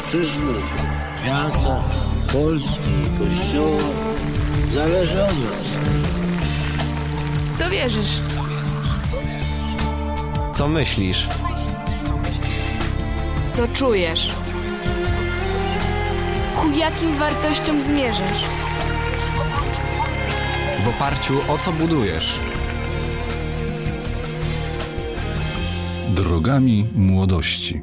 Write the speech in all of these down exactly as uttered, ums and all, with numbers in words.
przyszłość świata, Polski, Kościoła zależy od nas. W co wierzysz? Co myślisz? Co czujesz? Ku jakim wartościom zmierzasz? W oparciu o co budujesz? Drogami młodości.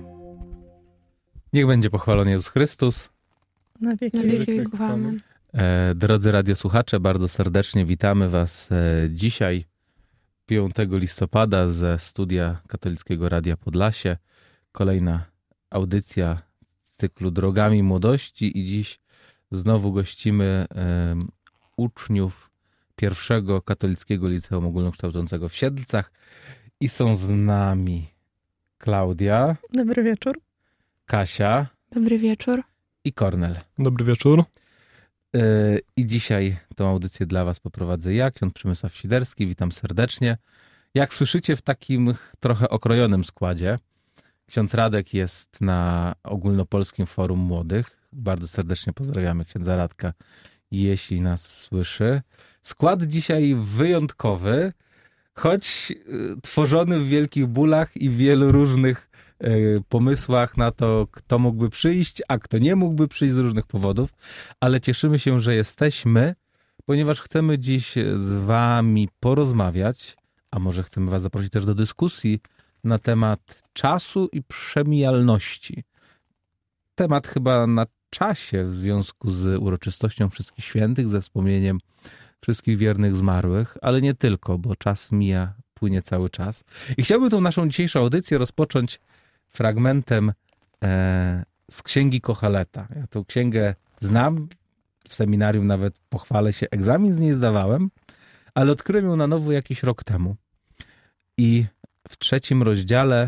Niech będzie pochwalony Jezus Chrystus. Na wieki, Na wieki wieków. Amen. E, drodzy radiosłuchacze, bardzo serdecznie witamy Was e, dzisiaj, piątego listopada, ze studia Katolickiego Radia Podlasie. Kolejna audycja z cyklu Drogami Młodości i dziś znowu gościmy e, uczniów pierwszego Katolickiego Liceum Ogólnokształcącego w Siedlcach i są z nami Klaudia. Dobry wieczór. Kasia. Dobry wieczór. I Kornel. Dobry wieczór. Yy, I dzisiaj tą audycję dla Was poprowadzę ja, ksiądz Przemysław Siderski. Witam serdecznie. Jak słyszycie, w takim trochę okrojonym składzie. Ksiądz Radek jest na Ogólnopolskim Forum Młodych. Bardzo serdecznie pozdrawiamy księdza Radka, jeśli nas słyszy. Skład dzisiaj wyjątkowy, choć yy, tworzony w wielkich bólach i wielu różnych pomysłach na to, kto mógłby przyjść, a kto nie mógłby przyjść z różnych powodów, ale cieszymy się, że jesteśmy, ponieważ chcemy dziś z wami porozmawiać, a może chcemy was zaprosić też do dyskusji na temat czasu i przemijalności. Temat chyba na czasie w związku z uroczystością Wszystkich Świętych, ze wspomnieniem wszystkich wiernych zmarłych, ale nie tylko, bo czas mija, płynie cały czas. I chciałbym tą naszą dzisiejszą audycję rozpocząć fragmentem e, z Księgi Kocheleta. Ja tą księgę znam, w seminarium nawet pochwalę się, egzamin z niej zdawałem, ale odkryłem ją na nowo jakiś rok temu. I w trzecim rozdziale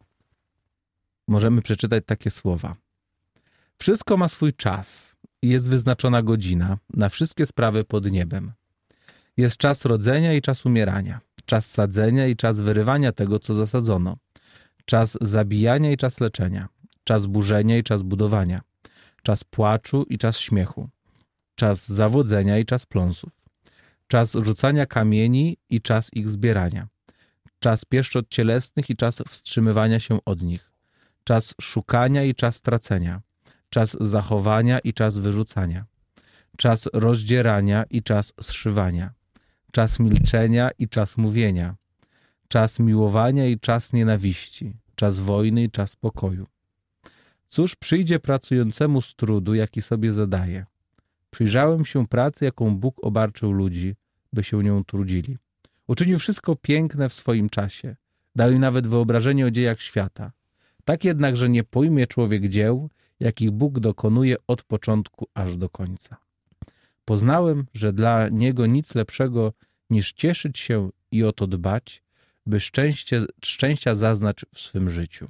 możemy przeczytać takie słowa. Wszystko ma swój czas i jest wyznaczona godzina na wszystkie sprawy pod niebem. Jest czas rodzenia i czas umierania, czas sadzenia i czas wyrywania tego, co zasadzono. Czas zabijania i czas leczenia, czas burzenia i czas budowania, czas płaczu i czas śmiechu, czas zawodzenia i czas pląsów, czas rzucania kamieni i czas ich zbierania, czas pieszczot cielesnych i czas wstrzymywania się od nich, czas szukania i czas tracenia, czas zachowania i czas wyrzucania, czas rozdzierania i czas zszywania, czas milczenia i czas mówienia, czas miłowania i czas nienawiści, czas wojny i czas pokoju. Cóż przyjdzie pracującemu z trudu, jaki sobie zadaje? Przyjrzałem się pracy, jaką Bóg obarczył ludzi, by się nią trudzili. Uczynił wszystko piękne w swoim czasie. Dał im nawet wyobrażenie o dziejach świata. Tak jednak, że nie pojmie człowiek dzieł, jakich Bóg dokonuje od początku aż do końca. Poznałem, że dla niego nic lepszego niż cieszyć się i o to dbać, by szczęście, szczęścia zaznać w swym życiu.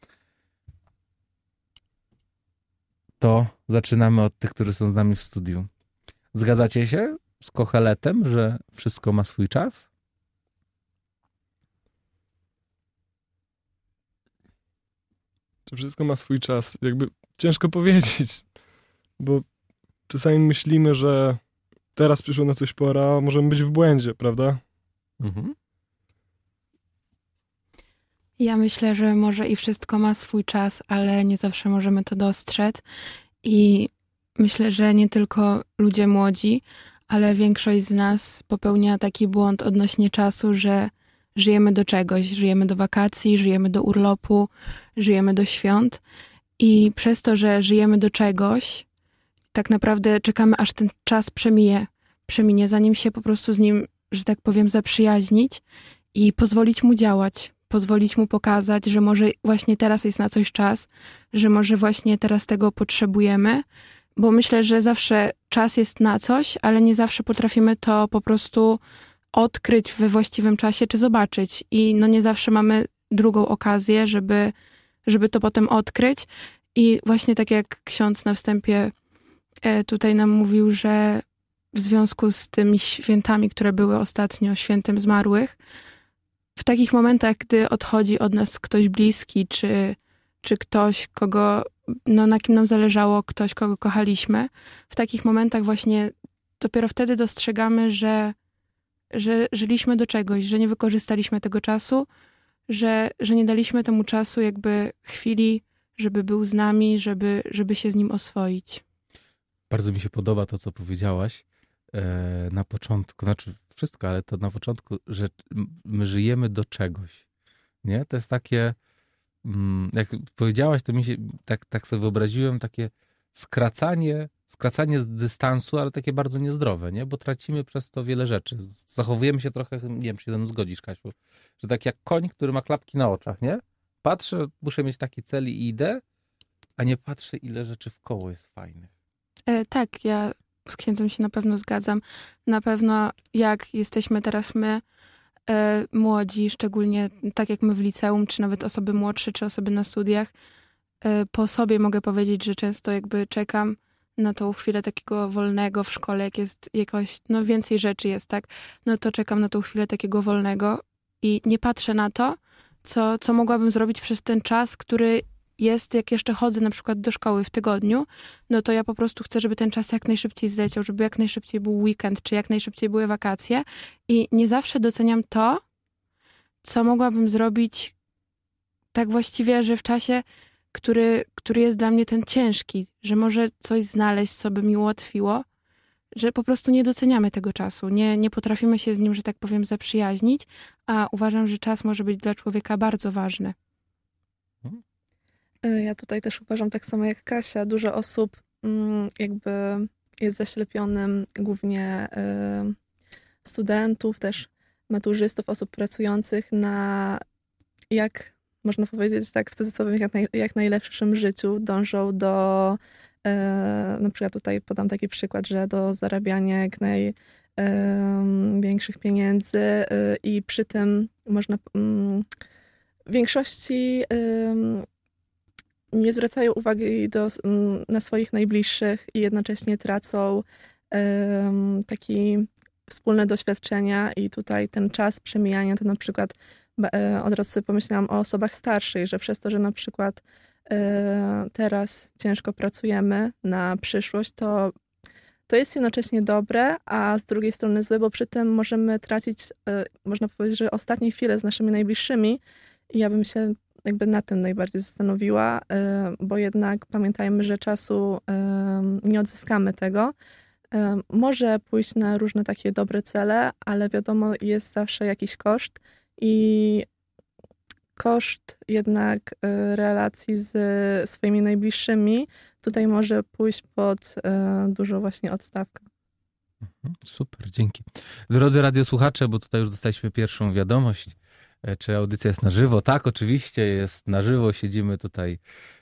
To zaczynamy od tych, którzy są z nami w studiu. Zgadzacie się z Kocheletem, że wszystko ma swój czas? Czy wszystko ma swój czas? Jakby ciężko powiedzieć, bo czasami myślimy, że teraz przyszło na coś pora, a możemy być w błędzie, prawda? Mhm. Ja myślę, że może i wszystko ma swój czas, ale nie zawsze możemy to dostrzec. I myślę, że nie tylko ludzie młodzi, ale większość z nas popełnia taki błąd odnośnie czasu, że żyjemy do czegoś, żyjemy do wakacji, żyjemy do urlopu, żyjemy do świąt i przez to, że żyjemy do czegoś, tak naprawdę czekamy, aż ten czas przemije, przeminie, zanim się po prostu z nim, że tak powiem, zaprzyjaźnić i pozwolić mu działać. Pozwolić mu pokazać, że może właśnie teraz jest na coś czas, że może właśnie teraz tego potrzebujemy, bo myślę, że zawsze czas jest na coś, ale nie zawsze potrafimy to po prostu odkryć we właściwym czasie, czy zobaczyć. I no nie zawsze mamy drugą okazję, żeby, żeby to potem odkryć. I właśnie tak jak ksiądz na wstępie tutaj nam mówił, że w związku z tymi świętami, które były ostatnio, świętem zmarłych, w takich momentach, gdy odchodzi od nas ktoś bliski, czy, czy ktoś, kogo no, na kim nam zależało, ktoś, kogo kochaliśmy, w takich momentach właśnie dopiero wtedy dostrzegamy, że, że żyliśmy do czegoś, że nie wykorzystaliśmy tego czasu, że, że nie daliśmy temu czasu jakby chwili, żeby był z nami, żeby, żeby się z nim oswoić. Bardzo mi się podoba to, co powiedziałaś e, na początku, znaczy wszystko, ale to na początku, że my żyjemy do czegoś, nie? To jest takie, mm, jak powiedziałaś, to mi się, tak, tak sobie wyobraziłem, takie skracanie, skracanie z dystansu, ale takie bardzo niezdrowe, nie? Bo tracimy przez to wiele rzeczy. Zachowujemy się trochę, nie wiem, czy się ze mną zgodzisz, Kasiu, że tak jak koń, który ma klapki na oczach, nie? Patrzę, muszę mieć taki cel i idę, a nie patrzę, ile rzeczy w koło jest fajnych. E, tak, ja z księdzem się na pewno zgadzam. Na pewno jak jesteśmy teraz my, e, młodzi, szczególnie tak jak my w liceum, czy nawet osoby młodsze, czy osoby na studiach, e, po sobie mogę powiedzieć, że często jakby czekam na tą chwilę takiego wolnego w szkole, jak jest jakoś, no więcej rzeczy jest, tak? No to czekam na tą chwilę takiego wolnego i nie patrzę na to, co, co mogłabym zrobić przez ten czas, który jest, jak jeszcze chodzę na przykład do szkoły w tygodniu, no to ja po prostu chcę, żeby ten czas jak najszybciej zleciał, żeby jak najszybciej był weekend, czy jak najszybciej były wakacje i nie zawsze doceniam to, co mogłabym zrobić tak właściwie, że w czasie, który, który jest dla mnie ten ciężki, że może coś znaleźć, co by mi ułatwiło, że po prostu nie doceniamy tego czasu, nie, nie potrafimy się z nim, że tak powiem, zaprzyjaźnić, a uważam, że czas może być dla człowieka bardzo ważny. Ja tutaj też uważam tak samo jak Kasia. Dużo osób jakby jest zaślepionym, głównie studentów, też maturzystów, osób pracujących na, jak można powiedzieć tak w cudzysłowie, jak, naj, jak najlepszym życiu. Dążą do, na przykład tutaj podam taki przykład, że do zarabiania jak największych pieniędzy i przy tym można w większości nie zwracają uwagi do, na swoich najbliższych i jednocześnie tracą um, takie wspólne doświadczenia i tutaj ten czas przemijania to na przykład e, od razu sobie pomyślałam o osobach starszych, że przez to, że na przykład e, teraz ciężko pracujemy na przyszłość, to to jest jednocześnie dobre, a z drugiej strony złe, bo przy tym możemy tracić, e, można powiedzieć, że ostatnie chwile z naszymi najbliższymi i ja bym się jakby na tym najbardziej zastanowiła, bo jednak pamiętajmy, że czasu nie odzyskamy tego. Może pójść na różne takie dobre cele, ale wiadomo, jest zawsze jakiś koszt i koszt jednak relacji z swoimi najbliższymi tutaj może pójść pod dużo właśnie odstawkę. Super, dzięki. Drodzy radiosłuchacze, bo tutaj już dostaliśmy pierwszą wiadomość, czy audycja jest na żywo? Tak, oczywiście jest na żywo. Siedzimy tutaj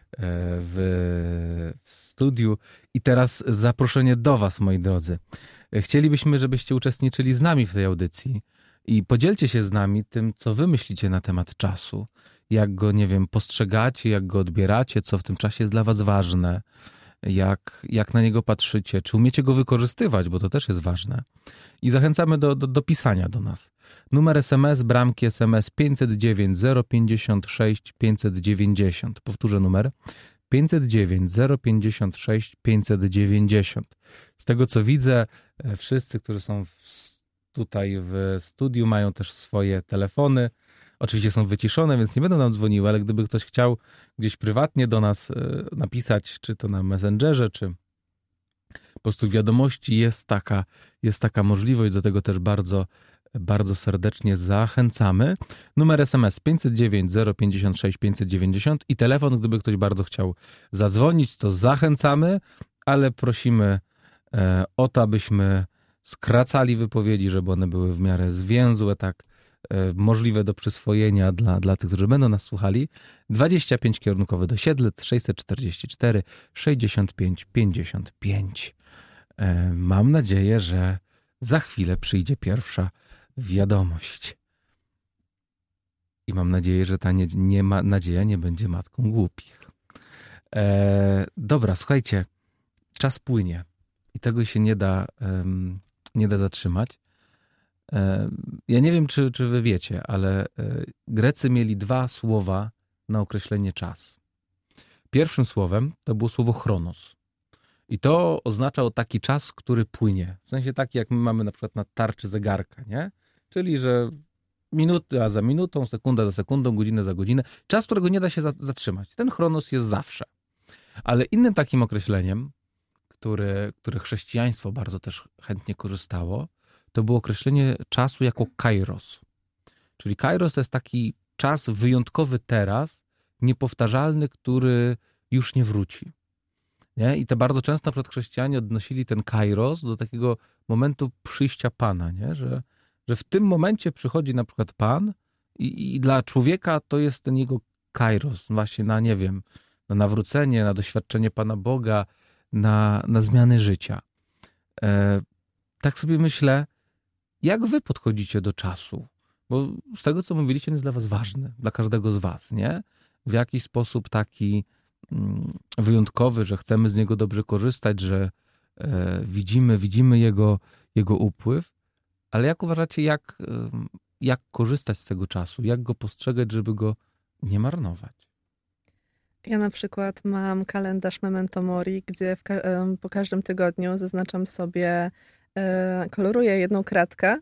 w, w studiu. I teraz zaproszenie do was, moi drodzy. Chcielibyśmy, żebyście uczestniczyli z nami w tej audycji i podzielcie się z nami tym, co wy myślicie na temat czasu. Jak go, nie wiem, postrzegacie, jak go odbieracie, co w tym czasie jest dla was ważne. Jak, jak na niego patrzycie, czy umiecie go wykorzystywać, bo to też jest ważne. I zachęcamy do, do, do pisania do nas. Numer S M S, bramki S M S pięćset dziewięć zero pięćdziesiąt sześć pięćset dziewięćdziesiąt. Powtórzę numer pięćset dziewięć zero pięćdziesiąt sześć pięćset dziewięćdziesiąt. Z tego co widzę, wszyscy, którzy są w, tutaj w studiu, mają też swoje telefony. Oczywiście są wyciszone, więc nie będą nam dzwoniły, ale gdyby ktoś chciał gdzieś prywatnie do nas napisać, czy to na Messengerze, czy po prostu wiadomości, jest taka, jest taka możliwość, do tego też bardzo, bardzo serdecznie zachęcamy. Numer S M S pięćset dziewięć zero pięćdziesiąt sześć pięćset dziewięćdziesiąt i telefon, gdyby ktoś bardzo chciał zadzwonić, to zachęcamy, ale prosimy o to, abyśmy skracali wypowiedzi, żeby one były w miarę zwięzłe, tak możliwe do przyswojenia dla, dla tych, którzy będą nas słuchali. dwadzieścia pięć kierunkowy do Siedlec, sześćset czterdzieści cztery sześćdziesiąt pięć pięćdziesiąt pięć. Mam nadzieję, że za chwilę przyjdzie pierwsza wiadomość. I mam nadzieję, że ta nie, nie ma, nadzieja nie będzie matką głupich. E, dobra, słuchajcie, czas płynie i tego się nie da, um, nie da zatrzymać. Ja nie wiem, czy, czy wy wiecie, ale Grecy mieli dwa słowa na określenie czas. pierwszym słowem to było słowo chronos. I to oznaczało taki czas, który płynie. W sensie taki, jak my mamy na przykład na tarczy zegarka, nie? Czyli, że minuta za minutą, sekunda za sekundą, godzinę za godzinę. Czas, którego nie da się zatrzymać. Ten chronos jest zawsze. Ale innym takim określeniem, które, które chrześcijaństwo bardzo też chętnie korzystało, to było określenie czasu jako kairos. Czyli kairos to jest taki czas wyjątkowy teraz, niepowtarzalny, który już nie wróci. Nie? I to bardzo często na przykład chrześcijanie odnosili ten kairos do takiego momentu przyjścia Pana, nie? Że, że w tym momencie przychodzi na przykład Pan i, i dla człowieka to jest ten jego kairos właśnie na, nie wiem, na nawrócenie, na doświadczenie Pana Boga, na, na zmiany życia. E, tak sobie myślę, jak wy podchodzicie do czasu? Bo z tego, co mówiliście, on jest dla was ważny, dla każdego z was, nie? W jakiś sposób taki mm, wyjątkowy, że chcemy z niego dobrze korzystać, że e, widzimy, widzimy jego, jego upływ, ale jak uważacie, jak, e, jak korzystać z tego czasu? Jak go postrzegać, żeby go nie marnować? Ja na przykład mam kalendarz Memento Mori, gdzie w ka- po każdym tygodniu zaznaczam sobie, e, koloruję jedną kratkę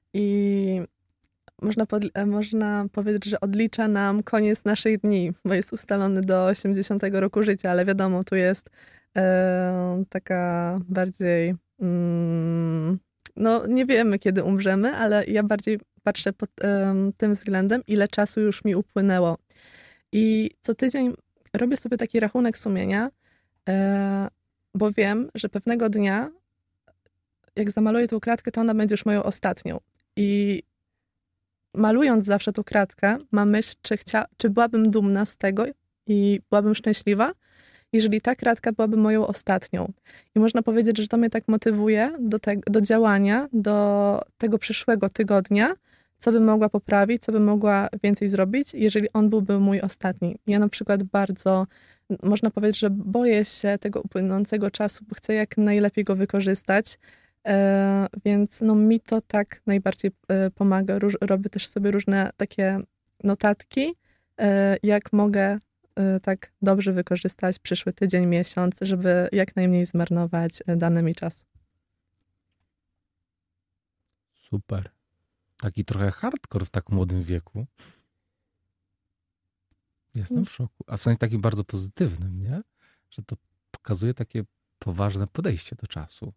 i można, pod, można powiedzieć, że odlicza nam koniec naszych dni, bo jest ustalony do osiemdziesiątego roku życia, ale wiadomo, tu jest e, taka bardziej, mm, no nie wiemy, kiedy umrzemy, ale ja bardziej patrzę pod e, tym względem, ile czasu już mi upłynęło. I co tydzień robię sobie taki rachunek sumienia, e, bo wiem, że pewnego dnia, jak zamaluję tą kratkę, to ona będzie już moją ostatnią. I malując zawsze tą kratkę, mam myśl, czy, chcia, czy byłabym dumna z tego i byłabym szczęśliwa, jeżeli ta kratka byłaby moją ostatnią. I można powiedzieć, że to mnie tak motywuje do, te, do działania, do tego przyszłego tygodnia, co bym mogła poprawić, co bym mogła więcej zrobić, jeżeli on byłby mój ostatni. Ja na przykład bardzo, można powiedzieć, że boję się tego upłynącego czasu, bo chcę jak najlepiej go wykorzystać, e, więc no, mi to tak najbardziej e, pomaga. Róż, robię też sobie różne takie notatki, e, jak mogę e, tak dobrze wykorzystać przyszły tydzień, miesiąc, żeby jak najmniej zmarnować dany mi czas. Super. Taki trochę hardcore w tak młodym wieku. Jestem w szoku. A w sensie takim bardzo pozytywnym, nie? Że to pokazuje takie poważne podejście do czasu.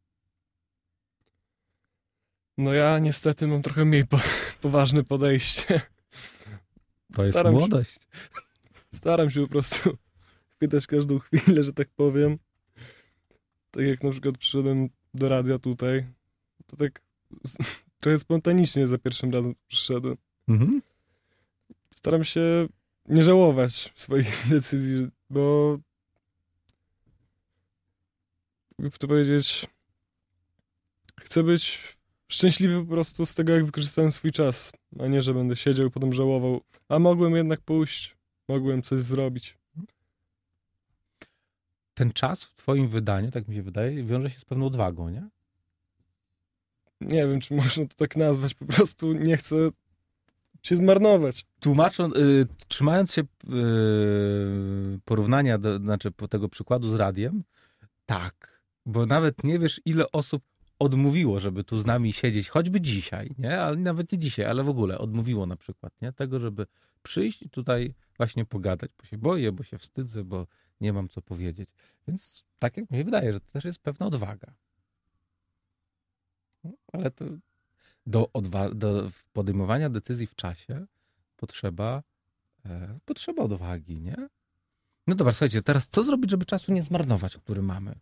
No ja niestety mam trochę mniej po, poważne podejście. To jest Staram młodość. Się, staram się po prostu chwytać każdą chwilę, że tak powiem. Tak jak na przykład przyszedłem do radia tutaj, to tak trochę spontanicznie za pierwszym razem przyszedłem. Mhm. Staram się nie żałować swoich decyzji, bo jakby to powiedzieć, chcę być szczęśliwy po prostu z tego, jak wykorzystałem swój czas, a nie, że będę siedział i potem żałował. A mogłem jednak pójść, mogłem coś zrobić. Ten czas w twoim wydaniu, tak mi się wydaje, wiąże się z pewną odwagą, nie? Nie wiem, czy można to tak nazwać. Po prostu nie chcę się zmarnować. Tłumacząc, y, trzymając się y, porównania, do, znaczy po tego przykładu z radiem, tak, bo nawet nie wiesz, ile osób odmówiło, żeby tu z nami siedzieć, choćby dzisiaj, nie? Ale nawet nie dzisiaj, ale w ogóle odmówiło na przykład, nie? Tego, żeby przyjść i tutaj właśnie pogadać, bo się boję, bo się wstydzę, bo nie mam co powiedzieć. Więc tak jak mi się wydaje, że to też jest pewna odwaga. Ale to do, odwa- do podejmowania decyzji w czasie potrzeba, e, potrzeba odwagi, nie? No dobra, słuchajcie, teraz co zrobić, żeby czasu nie zmarnować, który mamy?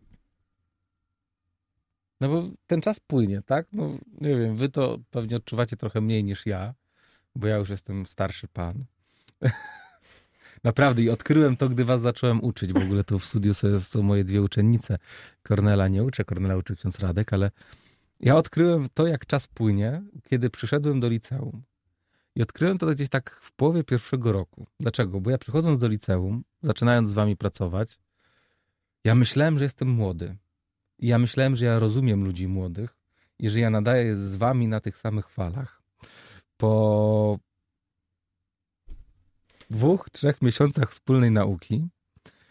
No bo ten czas płynie, tak? No nie wiem, wy to pewnie odczuwacie trochę mniej niż ja, bo ja już jestem starszy pan. Naprawdę i odkryłem to, gdy was zacząłem uczyć. W ogóle to w studiu są moje dwie uczennice. Kornela nie uczę, Kornela uczy ksiądz Radek, ale ja odkryłem to, jak czas płynie, kiedy przyszedłem do liceum. I odkryłem to gdzieś tak w połowie pierwszego roku. Dlaczego? Bo ja przychodząc do liceum, zaczynając z wami pracować, ja myślałem, że jestem młody. I ja myślałem, że ja rozumiem ludzi młodych i że ja nadaję z wami na tych samych falach. Po dwóch, trzech miesiącach wspólnej nauki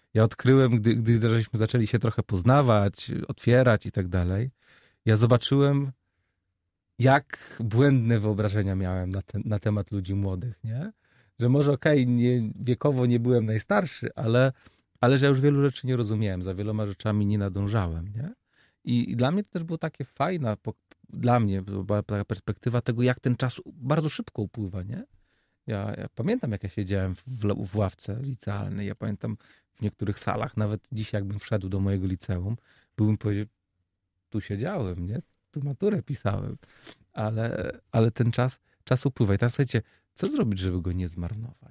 Ja odkryłem, gdy, gdy żeśmy zaczęli się trochę poznawać, otwierać i tak dalej, ja zobaczyłem, jak błędne wyobrażenia miałem na, ten, na temat ludzi młodych, nie? Że może okej, okay, nie, wiekowo nie byłem najstarszy, ale, ale że ja już wielu rzeczy nie rozumiałem, za wieloma rzeczami nie nadążałem, nie? I, i dla mnie to też było takie fajna, po, dla mnie była taka perspektywa tego, jak ten czas bardzo szybko upływa, nie? Ja, ja pamiętam, jak ja siedziałem w, w, w ławce licealnej, ja pamiętam w niektórych salach, nawet dzisiaj jakbym wszedł do mojego liceum, byłbym powiedział, tu siedziałem, nie? Tu maturę pisałem, ale, ale ten czas, czas upływa. I teraz słuchajcie, co zrobić, żeby go nie zmarnować?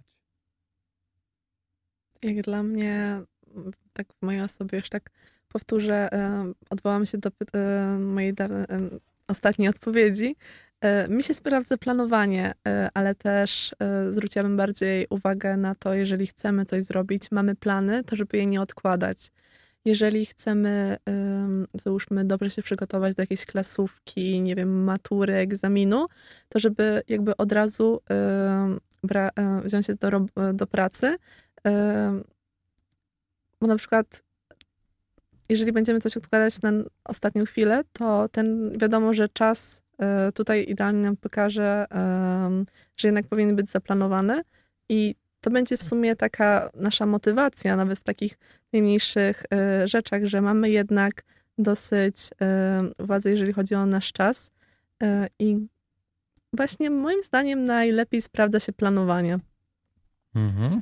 Jak dla mnie, tak w mojej osobie już tak powtórzę, odwołam się do mojej ostatniej odpowiedzi. Mi się sprawdza planowanie, ale też zwróciłabym bardziej uwagę na to, jeżeli chcemy coś zrobić, mamy plany, to żeby je nie odkładać. Jeżeli chcemy, załóżmy, dobrze się przygotować do jakiejś klasówki, nie wiem, matury, egzaminu, to żeby jakby od razu bra- wziąć się do, do pracy. Bo na przykład, jeżeli będziemy coś odkładać na ostatnią chwilę, to ten, wiadomo, że czas tutaj idealnie nam pokaże, że jednak powinien być zaplanowany i to będzie w sumie taka nasza motywacja, nawet w takich najmniejszych y, rzeczach, że mamy jednak dosyć y, władzy, jeżeli chodzi o nasz czas. Y, I właśnie moim zdaniem najlepiej sprawdza się planowanie. Mhm.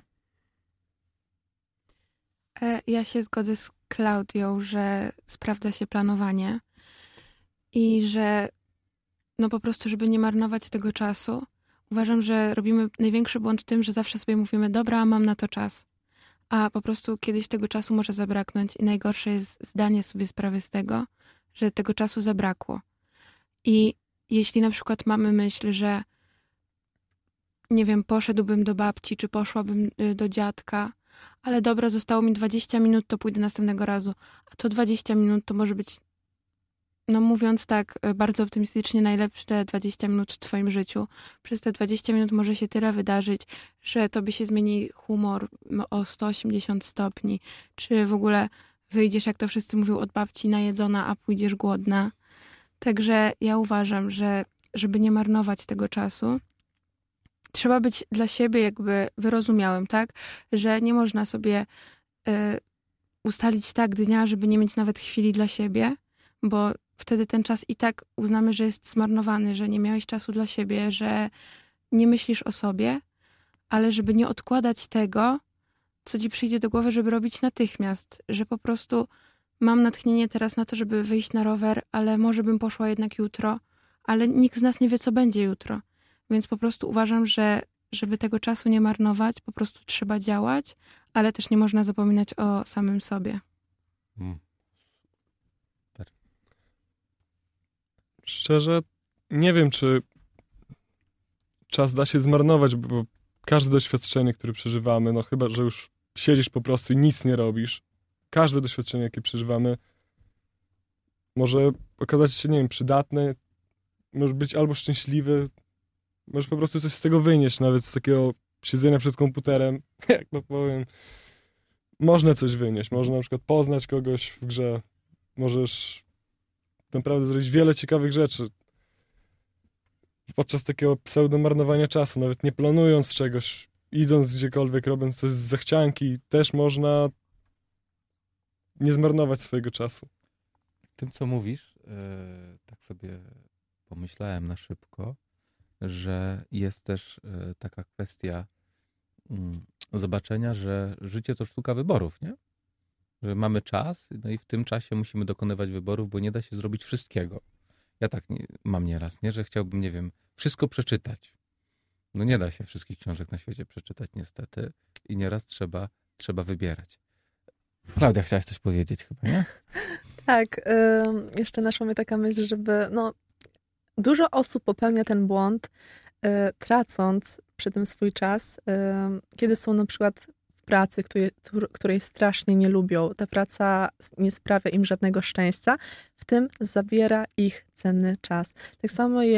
Ja się zgodzę z Klaudią, że sprawdza się planowanie i że no po prostu, żeby nie marnować tego czasu, uważam, że robimy największy błąd tym, że zawsze sobie mówimy, dobra, mam na to czas. A po prostu kiedyś tego czasu może zabraknąć i najgorsze jest zdanie sobie sprawy z tego, że tego czasu zabrakło. I jeśli na przykład mamy myśl, że nie wiem, poszedłbym do babci, czy poszłabym do dziadka, ale dobra, zostało mi dwadzieścia minut, to pójdę następnego razu. A co dwadzieścia minut to może być, no mówiąc tak bardzo optymistycznie, najlepsze dwadzieścia minut w twoim życiu. Przez te dwadzieścia minut może się tyle wydarzyć, że tobie się zmieni humor o sto osiemdziesiąt stopni, czy w ogóle wyjdziesz, jak to wszyscy mówią, od babci najedzona, a pójdziesz głodna. Także ja uważam, że żeby nie marnować tego czasu, trzeba być dla siebie jakby wyrozumiałym, tak? Że nie można sobie y, ustalić tak dnia, żeby nie mieć nawet chwili dla siebie, bo wtedy ten czas i tak uznamy, że jest zmarnowany, że nie miałeś czasu dla siebie, że nie myślisz o sobie, ale żeby nie odkładać tego, co ci przyjdzie do głowy, żeby robić natychmiast, że po prostu mam natchnienie teraz na to, żeby wyjść na rower, ale może bym poszła jednak jutro, ale nikt z nas nie wie, co będzie jutro. Więc po prostu uważam, że żeby tego czasu nie marnować, po prostu trzeba działać, ale też nie można zapominać o samym sobie. Mm. Szczerze, nie wiem, czy czas da się zmarnować, bo każde doświadczenie, które przeżywamy, no chyba, że już siedzisz po prostu i nic nie robisz, każde doświadczenie, jakie przeżywamy, może okazać się, nie wiem, przydatne, może być albo szczęśliwy, możesz po prostu coś z tego wynieść, nawet z takiego siedzenia przed komputerem, jak to powiem. Można coś wynieść, można na przykład poznać kogoś w grze, możesz naprawdę zrobić wiele ciekawych rzeczy podczas takiego pseudo-marnowania czasu, nawet nie planując czegoś, idąc gdziekolwiek, robiąc coś z zachcianki, też można nie zmarnować swojego czasu. Tym, co mówisz, yy, tak sobie pomyślałem na szybko, że jest też yy, taka kwestia yy, zobaczenia, że życie to sztuka wyborów, nie? Że mamy czas, no i w tym czasie musimy dokonywać wyborów, bo nie da się zrobić wszystkiego. Ja tak nie, mam nieraz, nie? Że chciałbym, nie wiem, wszystko przeczytać. No nie da się wszystkich książek na świecie przeczytać niestety i nieraz trzeba, trzeba wybierać. Klaudia, chciałaś coś powiedzieć chyba, nie? Tak, y, jeszcze naszła mnie taka myśl, żeby, no, dużo osób popełnia ten błąd, y, tracąc przy tym swój czas, y, kiedy są na przykład w pracy, której, której strasznie nie lubią. Ta praca nie sprawia im żadnego szczęścia, w tym zabiera ich cenny czas. Tak samo jest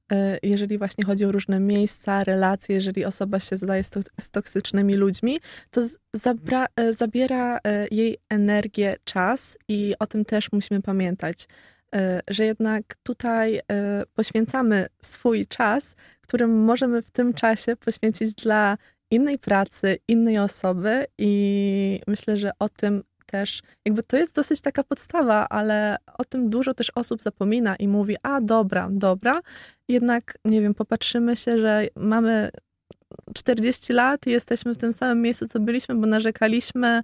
jeżeli właśnie chodzi o różne miejsca, relacje, jeżeli osoba się zadaje z, to, z toksycznymi ludźmi, to zabra, zabiera jej energię, czas i o tym też musimy pamiętać, że jednak tutaj poświęcamy swój czas, który możemy w tym czasie poświęcić dla innej pracy, innej osoby i myślę, że o tym też, jakby to jest dosyć taka podstawa, ale o tym dużo też osób zapomina i mówi, a dobra, dobra, jednak, nie wiem, popatrzymy się, że mamy czterdzieści lat i jesteśmy w tym samym miejscu, co byliśmy, bo narzekaliśmy,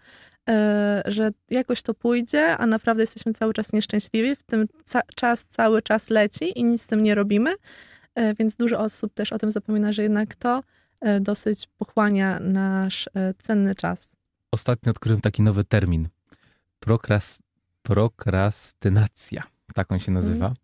że jakoś to pójdzie, a naprawdę jesteśmy cały czas nieszczęśliwi, w tym ca- czas cały czas leci i nic z tym nie robimy, więc dużo osób też o tym zapomina, że jednak to dosyć pochłania nasz cenny czas. Ostatnio odkryłem taki nowy termin. Prokras, prokrastynacja. Tak on się nazywa. Mm.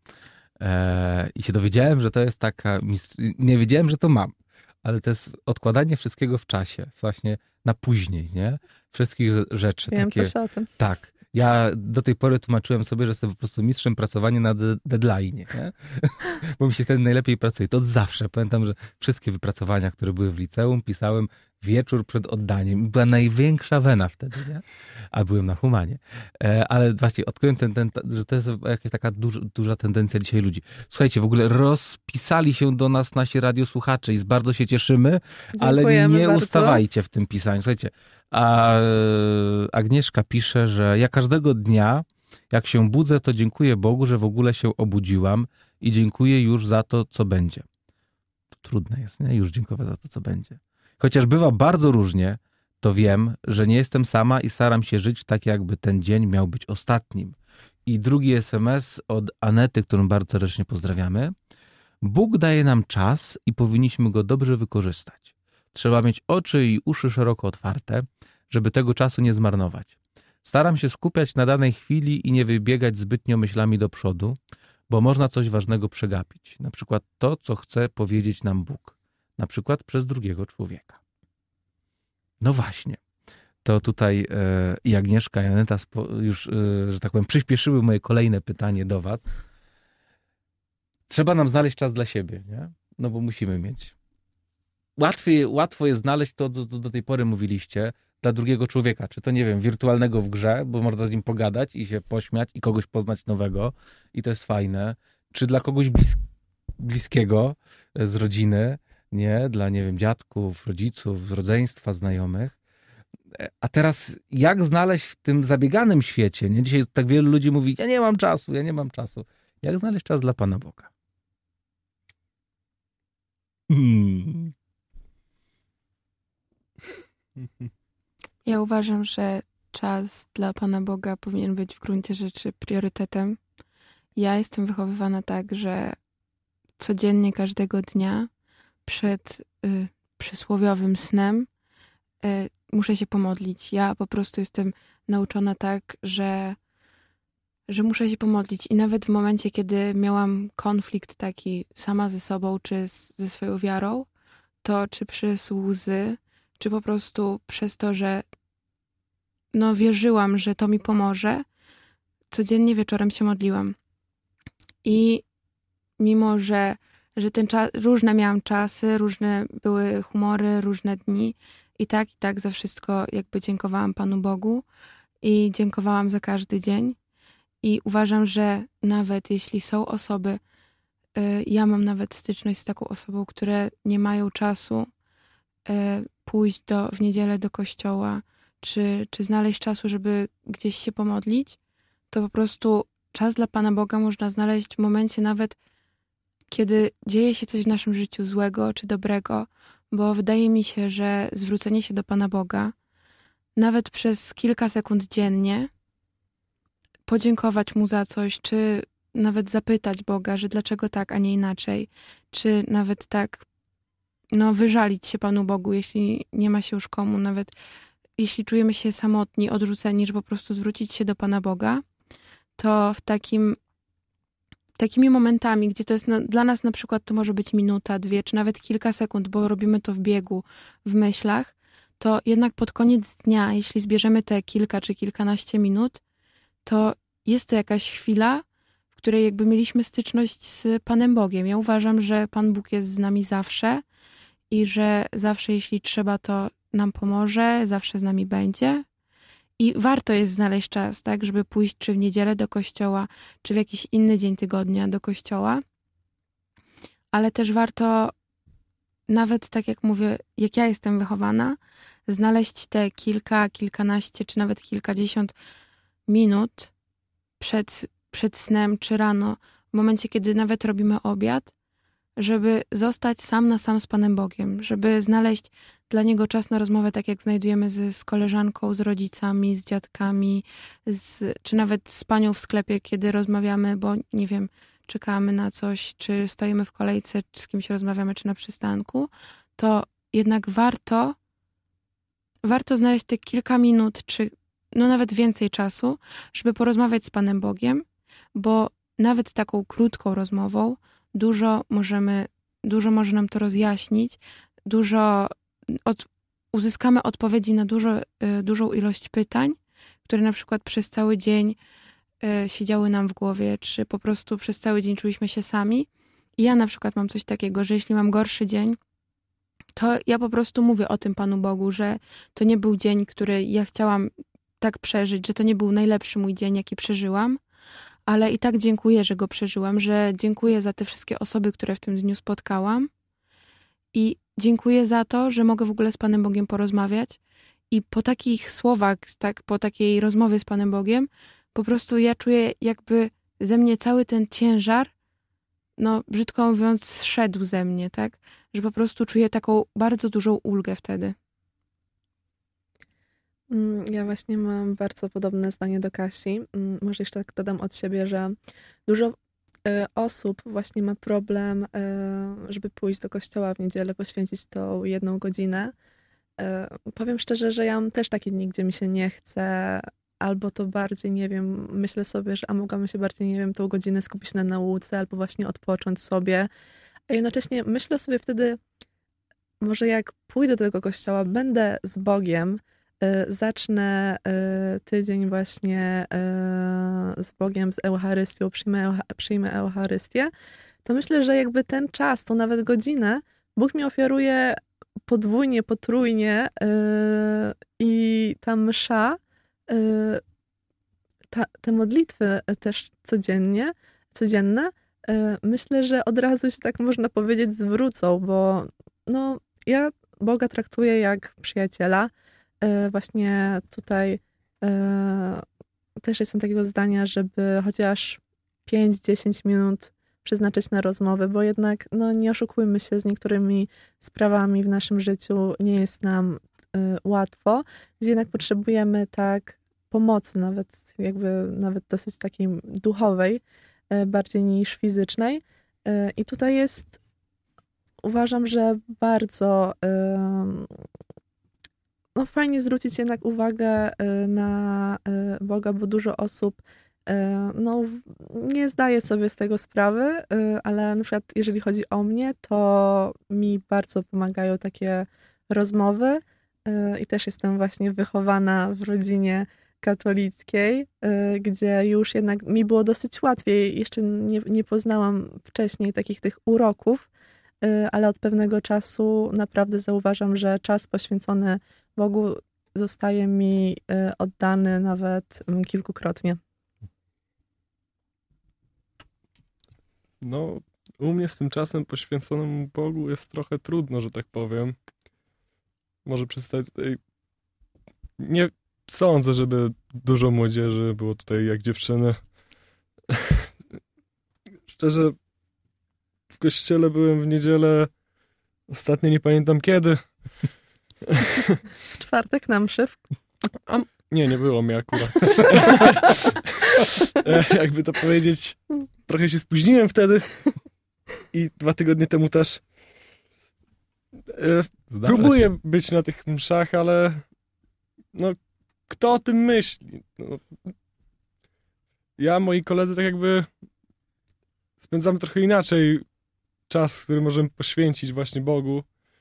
E, I się dowiedziałem, że to jest taka... Nie wiedziałem, że to mam, ale to jest odkładanie wszystkiego w czasie. Właśnie na później, nie? Wszystkich rzeczy. Wiem takie, coś o tym. Tak. Ja do tej pory tłumaczyłem sobie, że jestem po prostu mistrzem pracowania na de- deadline, nie? Bo mi się wtedy najlepiej pracuje. To od zawsze. Pamiętam, że wszystkie wypracowania, które były w liceum, pisałem wieczór przed oddaniem. Była największa wena wtedy, nie? A byłem na humanie. E, ale właśnie odkryłem, ten, ten, że to jest jakaś taka duża, duża tendencja dzisiaj ludzi. Słuchajcie, w ogóle rozpisali się do nas nasi radiosłuchacze i bardzo się cieszymy, ale nie bardzo. ustawajcie w tym pisaniu. Słuchajcie, a Agnieszka pisze, że ja każdego dnia, jak się budzę, to dziękuję Bogu, że w ogóle się obudziłam i dziękuję już za to, co będzie. To trudne jest, nie? Już dziękować za to, co będzie. Chociaż bywa bardzo różnie, to wiem, że nie jestem sama i staram się żyć tak, jakby ten dzień miał być ostatnim. I drugi es em es od Anety, którą bardzo serdecznie pozdrawiamy. Bóg daje nam czas i powinniśmy go dobrze wykorzystać. Trzeba mieć oczy i uszy szeroko otwarte, żeby tego czasu nie zmarnować. Staram się skupiać na danej chwili i nie wybiegać zbytnio myślami do przodu, bo można coś ważnego przegapić. Na przykład to, co chce powiedzieć nam Bóg. Na przykład przez drugiego człowieka. No właśnie. To tutaj e, i Agnieszka, i Aneta spo, już, e, że tak powiem, przyspieszyły moje kolejne pytanie do was. Trzeba nam znaleźć czas dla siebie, nie? No bo musimy mieć. Łatwiej, łatwo jest znaleźć to, do, do tej pory mówiliście, dla drugiego człowieka. Czy to, nie wiem, wirtualnego w grze, bo można z nim pogadać i się pośmiać i kogoś poznać nowego i to jest fajne. Czy dla kogoś blis- bliskiego z rodziny, nie? Dla, nie wiem, dziadków, rodziców, z rodzeństwa, znajomych. A teraz jak znaleźć w tym zabieganym świecie, nie? Dzisiaj tak wielu ludzi mówi, ja nie mam czasu, ja nie mam czasu. Jak znaleźć czas dla Pana Boga? Hmm. Ja uważam, że czas dla Pana Boga powinien być w gruncie rzeczy priorytetem. Ja jestem wychowywana tak, że codziennie, każdego dnia przed y, przysłowiowym snem y, muszę się pomodlić. Ja po prostu jestem nauczona tak, że, że muszę się pomodlić. I nawet w momencie, kiedy miałam konflikt taki sama ze sobą, czy z, ze swoją wiarą, to czy przez łzy, czy po prostu przez to, że no wierzyłam, że to mi pomoże, codziennie wieczorem się modliłam. I mimo, że, że ten czas, różne miałam czasy, różne były humory, różne dni i tak, i tak za wszystko jakby dziękowałam Panu Bogu i dziękowałam za każdy dzień. I uważam, że nawet jeśli są osoby, y, ja mam nawet styczność z taką osobą, które nie mają czasu y, pójść do, w niedzielę do kościoła, czy, czy znaleźć czasu, żeby gdzieś się pomodlić, to po prostu czas dla Pana Boga można znaleźć w momencie nawet, kiedy dzieje się coś w naszym życiu złego czy dobrego, bo wydaje mi się, że zwrócenie się do Pana Boga nawet przez kilka sekund dziennie, podziękować Mu za coś, czy nawet zapytać Boga, że dlaczego tak, a nie inaczej, czy nawet tak no, wyżalić się Panu Bogu, jeśli nie ma się już komu, nawet jeśli czujemy się samotni, odrzuceni, że po prostu zwrócić się do Pana Boga, to w takim, takimi momentami, gdzie to jest na, dla nas na przykład to może być minuta, dwie, czy nawet kilka sekund, bo robimy to w biegu, w myślach, to jednak pod koniec dnia, jeśli zbierzemy te kilka czy kilkanaście minut, to jest to jakaś chwila, w w której jakby mieliśmy styczność z Panem Bogiem. Ja uważam, że Pan Bóg jest z nami zawsze i że zawsze, jeśli trzeba, to nam pomoże, zawsze z nami będzie. I warto jest znaleźć czas, tak, żeby pójść czy w niedzielę do kościoła, czy w jakiś inny dzień tygodnia do kościoła. Ale też warto, nawet tak jak mówię, jak ja jestem wychowana, znaleźć te kilka, kilkanaście, czy nawet kilkadziesiąt minut przed, przed snem, czy rano, w momencie, kiedy nawet robimy obiad, żeby zostać sam na sam z Panem Bogiem, żeby znaleźć dla Niego czas na rozmowę, tak jak znajdujemy z, z koleżanką, z rodzicami, z dziadkami, z, czy nawet z panią w sklepie, kiedy rozmawiamy, bo nie wiem, czekamy na coś, czy stoimy w kolejce, czy z kimś rozmawiamy, czy na przystanku, to jednak warto, warto znaleźć te kilka minut, czy no nawet więcej czasu, żeby porozmawiać z Panem Bogiem, bo nawet taką krótką rozmową dużo możemy, dużo może nam to rozjaśnić, dużo od, uzyskamy odpowiedzi na dużo, y, dużą ilość pytań, które na przykład przez cały dzień y, siedziały nam w głowie, czy po prostu przez cały dzień czuliśmy się sami. I ja na przykład mam coś takiego, że jeśli mam gorszy dzień, to ja po prostu mówię o tym Panu Bogu, że to nie był dzień, który ja chciałam tak przeżyć, że to nie był najlepszy mój dzień, jaki przeżyłam, ale i tak dziękuję, że go przeżyłam, że dziękuję za te wszystkie osoby, które w tym dniu spotkałam i dziękuję za to, że mogę w ogóle z Panem Bogiem porozmawiać i po takich słowach, tak, po takiej rozmowie z Panem Bogiem, po prostu ja czuję jakby ze mnie cały ten ciężar, no brzydko mówiąc, zszedł ze mnie, tak, że po prostu czuję taką bardzo dużą ulgę wtedy. Ja właśnie mam bardzo podobne zdanie do Kasi. Może jeszcze tak dodam od siebie, że dużo osób właśnie ma problem, żeby pójść do kościoła w niedzielę, poświęcić tą jedną godzinę. Powiem szczerze, że ja mam też takie dni, gdzie mi się nie chce, albo to bardziej, nie wiem, myślę sobie, że a mogłabym się bardziej, nie wiem, tą godzinę skupić na nauce, albo właśnie odpocząć sobie. A jednocześnie myślę sobie wtedy, może jak pójdę do tego kościoła, będę z Bogiem, zacznę tydzień właśnie z Bogiem, z Eucharystią, przyjmę, przyjmę Eucharystię, to myślę, że jakby ten czas, tą nawet godzinę, Bóg mi ofiaruje podwójnie, potrójnie i ta msza, ta, te modlitwy też codziennie, codzienne, myślę, że od razu się tak można powiedzieć zwrócą, bo no, ja Boga traktuję jak przyjaciela. Właśnie tutaj też jestem takiego zdania, żeby chociaż pięć dziesięć minut przeznaczyć na rozmowę, bo jednak no, nie oszukujmy się, z niektórymi sprawami w naszym życiu nie jest nam łatwo, gdzie jednak potrzebujemy tak pomocy, nawet jakby nawet dosyć takiej duchowej, bardziej niż fizycznej. I tutaj jest, uważam, że bardzo no fajnie zwrócić jednak uwagę na Boga, bo dużo osób no, nie zdaje sobie z tego sprawy, ale na przykład jeżeli chodzi o mnie, to mi bardzo pomagają takie rozmowy i też jestem właśnie wychowana w rodzinie katolickiej, gdzie już jednak mi było dosyć łatwiej. Jeszcze nie, nie poznałam wcześniej takich tych uroków, ale od pewnego czasu naprawdę zauważam, że czas poświęcony Bogu zostaje mi oddany nawet kilkukrotnie. No, u mnie z tym czasem poświęconym Bogu jest trochę trudno, że tak powiem. Może przedstawić tutaj... Nie sądzę, żeby dużo młodzieży było tutaj jak dziewczyny. Szczerze, w kościele byłem w niedzielę, ostatnio nie pamiętam kiedy. W czwartek na mszy. A, nie, nie było mnie akurat. Jakby to powiedzieć, trochę się spóźniłem wtedy i dwa tygodnie temu też. Zdarza Próbuję się. być na tych mszach, ale no, kto o tym myśli? No, ja, moi koledzy tak jakby spędzamy trochę inaczej czas, który możemy poświęcić właśnie Bogu.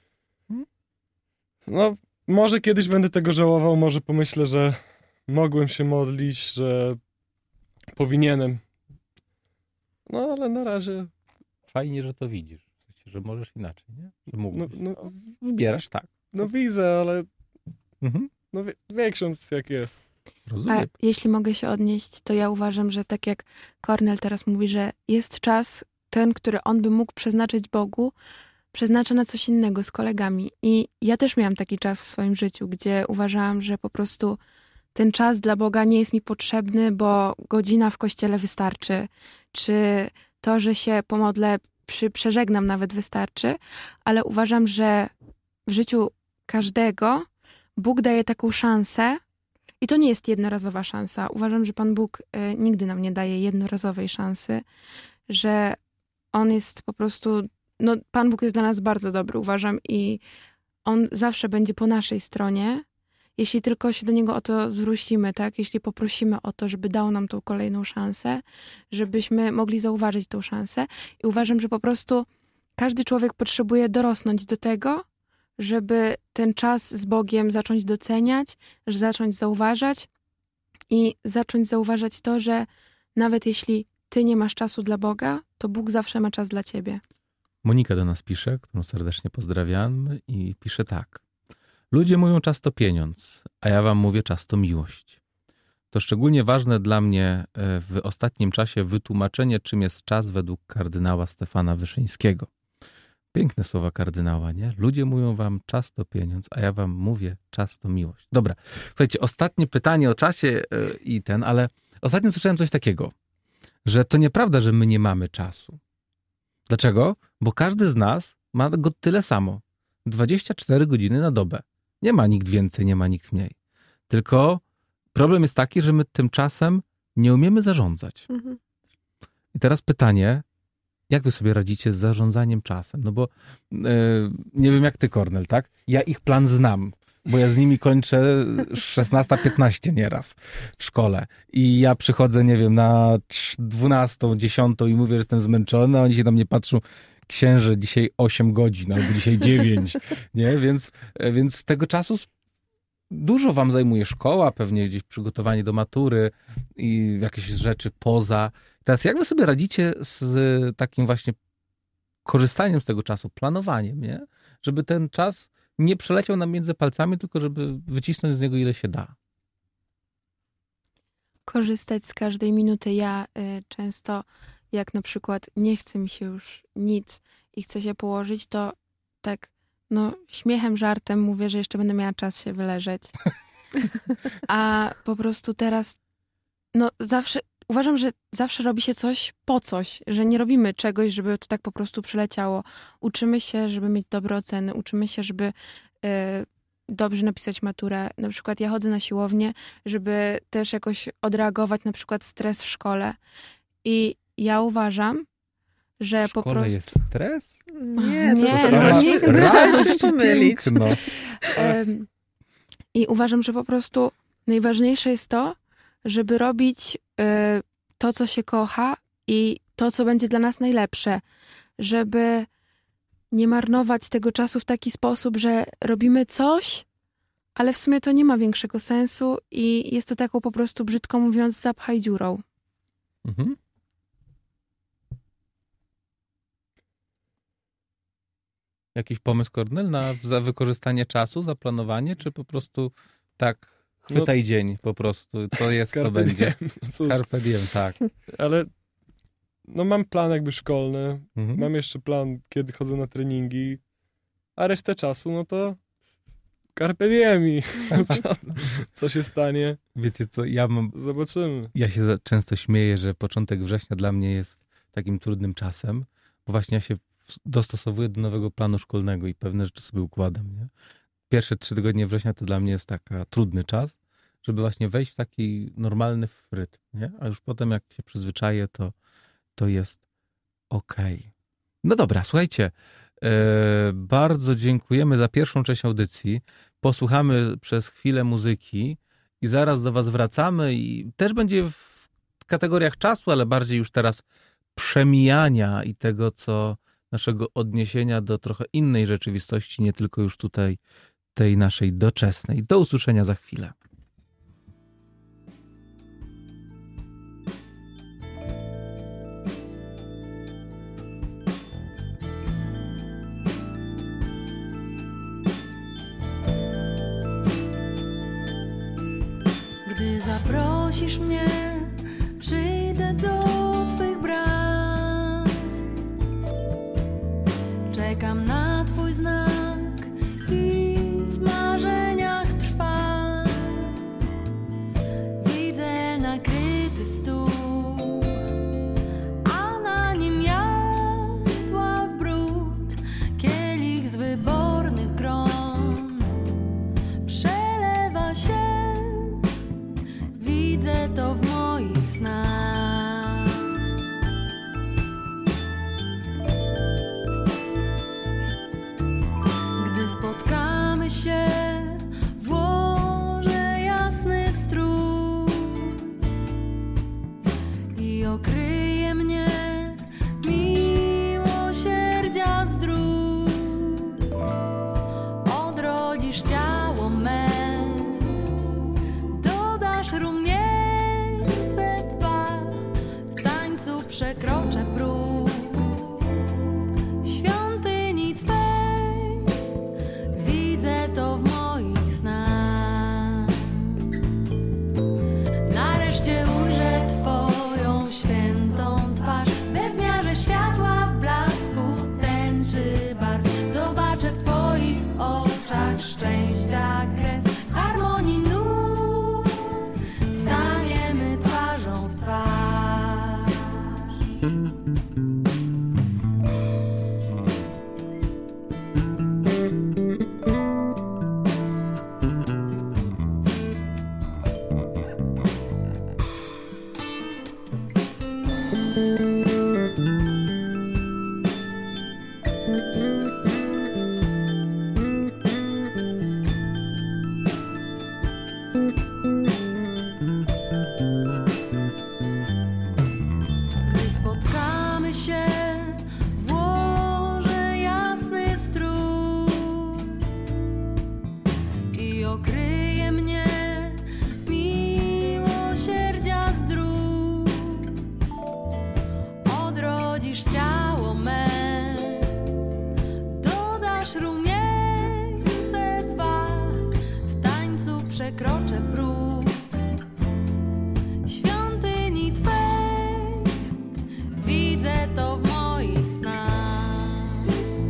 No, może kiedyś będę tego żałował, może pomyślę, że mogłem się modlić, że powinienem No ale na razie, Fajnie, że to widzisz. W sensie, że możesz inaczej, nie? Że mógłbyś. no, No, no, wybierasz tak. no widzę, ale Mhm. no wie, wie ksiądz jak jest. Rozumiem. A jeśli mogę się odnieść, to ja uważam, że tak jak Kornel teraz mówi, że jest czas, ten, który on by mógł przeznaczyć Bogu, przeznacza na coś innego z kolegami. I ja też miałam taki czas w swoim życiu, gdzie uważałam, że po prostu ten czas dla Boga nie jest mi potrzebny, bo godzina w kościele wystarczy, czy to, że się pomodlę, przy przeżegnam nawet wystarczy, ale uważam, że w życiu każdego Bóg daje taką szansę i to nie jest jednorazowa szansa. Uważam, że Pan Bóg y, nigdy nam nie daje jednorazowej szansy, że On jest po prostu, no Pan Bóg jest dla nas bardzo dobry, uważam, i On zawsze będzie po naszej stronie, jeśli tylko się do Niego o to zwrócimy, tak? Jeśli poprosimy o to, żeby dał nam tą kolejną szansę, żebyśmy mogli zauważyć tą szansę. I uważam, że po prostu każdy człowiek potrzebuje dorosnąć do tego, żeby ten czas z Bogiem zacząć doceniać, że zacząć zauważać i zacząć zauważać to, że nawet jeśli ty nie masz czasu dla Boga, to Bóg zawsze ma czas dla ciebie. Monika do nas pisze, którą serdecznie pozdrawiamy i pisze tak. Ludzie mówią czas to pieniądz, a ja wam mówię czas to miłość. To szczególnie ważne dla mnie w ostatnim czasie wytłumaczenie, czym jest czas według kardynała Stefana Wyszyńskiego. Piękne słowa kardynała, nie? Ludzie mówią wam czas to pieniądz, a ja wam mówię czas to miłość. Dobra, słuchajcie, ostatnie pytanie o czasie i ten, ale ostatnio słyszałem coś takiego, że to nieprawda, że my nie mamy czasu. Dlaczego? Bo każdy z nas ma go tyle samo. dwadzieścia cztery godziny na dobę. Nie ma nikt więcej, nie ma nikt mniej. Tylko problem jest taki, że my tym czasem nie umiemy zarządzać. Mhm. I teraz pytanie, jak wy sobie radzicie z zarządzaniem czasem? No bo e, nie wiem jak ty, Kornel, tak? Ja ich plan znam, bo ja z nimi kończę szesnasta piętnaście nieraz w szkole. I ja przychodzę, nie wiem, na dwunastą, dziesiątą i mówię, że jestem zmęczony, a oni się na mnie patrzą, księże, dzisiaj osiem godzin, albo dzisiaj dziewięć, nie? Więc, więc tego czasu dużo wam zajmuje szkoła, pewnie gdzieś przygotowanie do matury i jakieś rzeczy poza. Teraz jak wy sobie radzicie z takim właśnie korzystaniem z tego czasu, planowaniem, nie? Żeby ten czas nie przeleciał nam między palcami, tylko żeby wycisnąć z niego ile się da. Korzystać z każdej minuty. Ja y, często, jak na przykład nie chce mi się już nic i chcę się położyć, to tak no śmiechem, żartem mówię, że jeszcze będę miała czas się wyleżeć. A po prostu teraz no zawsze, uważam, że zawsze robi się coś po coś, że nie robimy czegoś, żeby to tak po prostu przeleciało. Uczymy się, żeby mieć dobre oceny, uczymy się, żeby y, dobrze napisać maturę. Na przykład ja chodzę na siłownię, żeby też jakoś odreagować na przykład stres w szkole. I ja uważam, że W po szkole prostu... jest stres? Nie, to, Nie, to, no to, nie, to no trzeba radość się pomylić. piękno. Em, I uważam, że po prostu najważniejsze jest to, żeby robić y, to, co się kocha i to, co będzie dla nas najlepsze. Żeby nie marnować tego czasu w taki sposób, że robimy coś, ale w sumie to nie ma większego sensu i jest to taką po prostu, brzydko mówiąc, zapchaj dziurą. Mhm. Jakiś pomysł, Kornel, na za wykorzystanie czasu, zaplanowanie, czy po prostu tak chwytaj no, dzień po prostu, to jest, to będzie. No cóż, Carpe diem, tak. ale no mam plan jakby szkolny, Mhm. mam jeszcze plan, kiedy chodzę na treningi, a resztę czasu, no to carpe diem i co się stanie, Wiecie co, ja mam, zobaczymy. ja się za- często śmieję, że początek września dla mnie jest takim trudnym czasem, bo właśnie ja się w- dostosowuję do nowego planu szkolnego i pewne rzeczy sobie układam, nie? Pierwsze trzy tygodnie września to dla mnie jest taki trudny czas, żeby właśnie wejść w taki normalny rytm, nie? A już potem jak się przyzwyczaję, to, to jest okej. No dobra, słuchajcie, e, bardzo dziękujemy za pierwszą część audycji. Posłuchamy przez chwilę muzyki i zaraz do was wracamy i też będzie w kategoriach czasu, ale bardziej już teraz przemijania i tego, co naszego odniesienia do trochę innej rzeczywistości, nie tylko już tutaj tej naszej doczesnej. Do usłyszenia za chwilę. świetle nakryty stół, a na nim jadła w bród, kielich z wybornych gron przelewa się, widzę to w moich snach. Gdy spotkamy się, włożę jasny strój i okryje mnie miłosierdzia zdrój. Odrodzisz ciało me, dodasz rumience dwa, w tańcu przekroczę próg świątyni Twej, widzę to w moich snach. Nareszcie ujrzę Twoją świętą twarz, bez miarę światła w blasku tęczy barw. Zobaczę w Twoich oczach szczęścia kres, w harmonii nut staniemy twarzą w twarz. Gdy spotkamy się, włożę jasny strój i okryje mnie miłosierdzia zdrój. Odrodzisz ciało me, dodasz rumience dwa, w tańcu przekroczę próg świątyni Twej, widzę to w moich snach.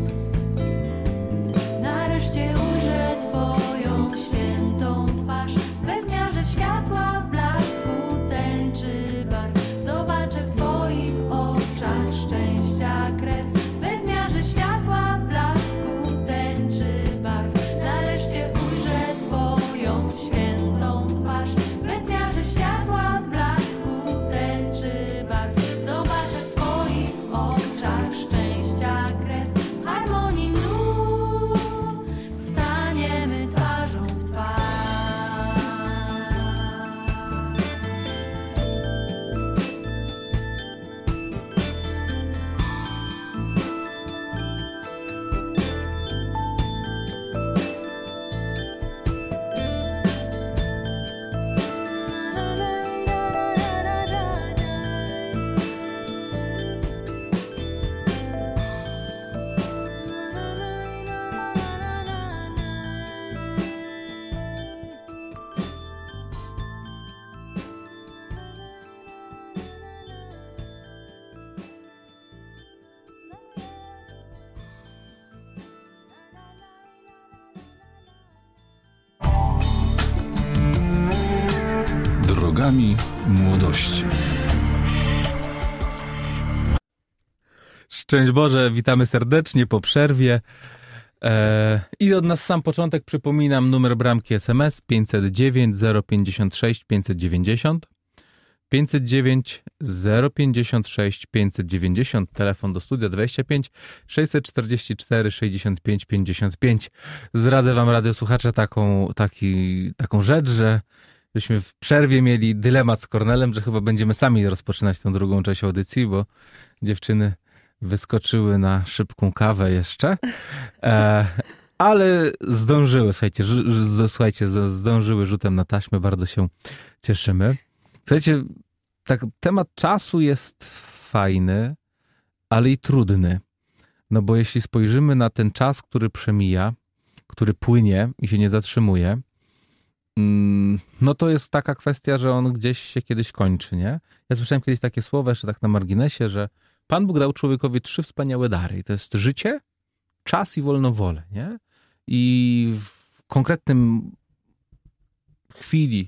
Nareszcie ujrzę Twoją świętą twarz, bez miarze światła w blasku tęczy barw. Zobaczę w Twoich oczach szczęścia kres, bez miarze światła w blasku tęczy barw. Nareszcie ujrzę Twoją świętą twarz, bez miarze światła w blasku tęczy barw. Zobaczę w Twoich oczach szczęścia kres, w harmonii nut staniemy twarzą w twarz. Drogami młodości. Szczęść Boże, witamy serdecznie po przerwie. E, I od nas sam początek przypominam numer bramki S M S pięćset dziewięć zero pięćdziesiąt sześć pięćset dziewięćdziesiąt, pięćset dziewięć zero pięćdziesiąt sześć pięćset dziewięćdziesiąt, telefon do studia dwadzieścia pięć sześćset czterdzieści cztery sześćdziesiąt pięć pięćdziesiąt pięć. Zdradzę wam, radiosłuchacze, taką, taki, taką rzecz, że żeśmy w przerwie mieli dylemat z Kornelem, że chyba będziemy sami rozpoczynać tę drugą część audycji, bo dziewczyny wyskoczyły na szybką kawę jeszcze. E, ale zdążyły, słuchajcie, ż, słuchajcie, zdążyły rzutem na taśmę, bardzo się cieszymy. Słuchajcie, tak, temat czasu jest fajny, ale i trudny. No bo jeśli spojrzymy na ten czas, który przemija, który płynie i się nie zatrzymuje, no to jest taka kwestia, że on gdzieś się kiedyś kończy, nie? Ja słyszałem kiedyś takie słowa, jeszcze tak na marginesie, że Pan Bóg dał człowiekowi trzy wspaniałe dary. I to jest życie, czas i wolną wolę, nie? I w konkretnym chwili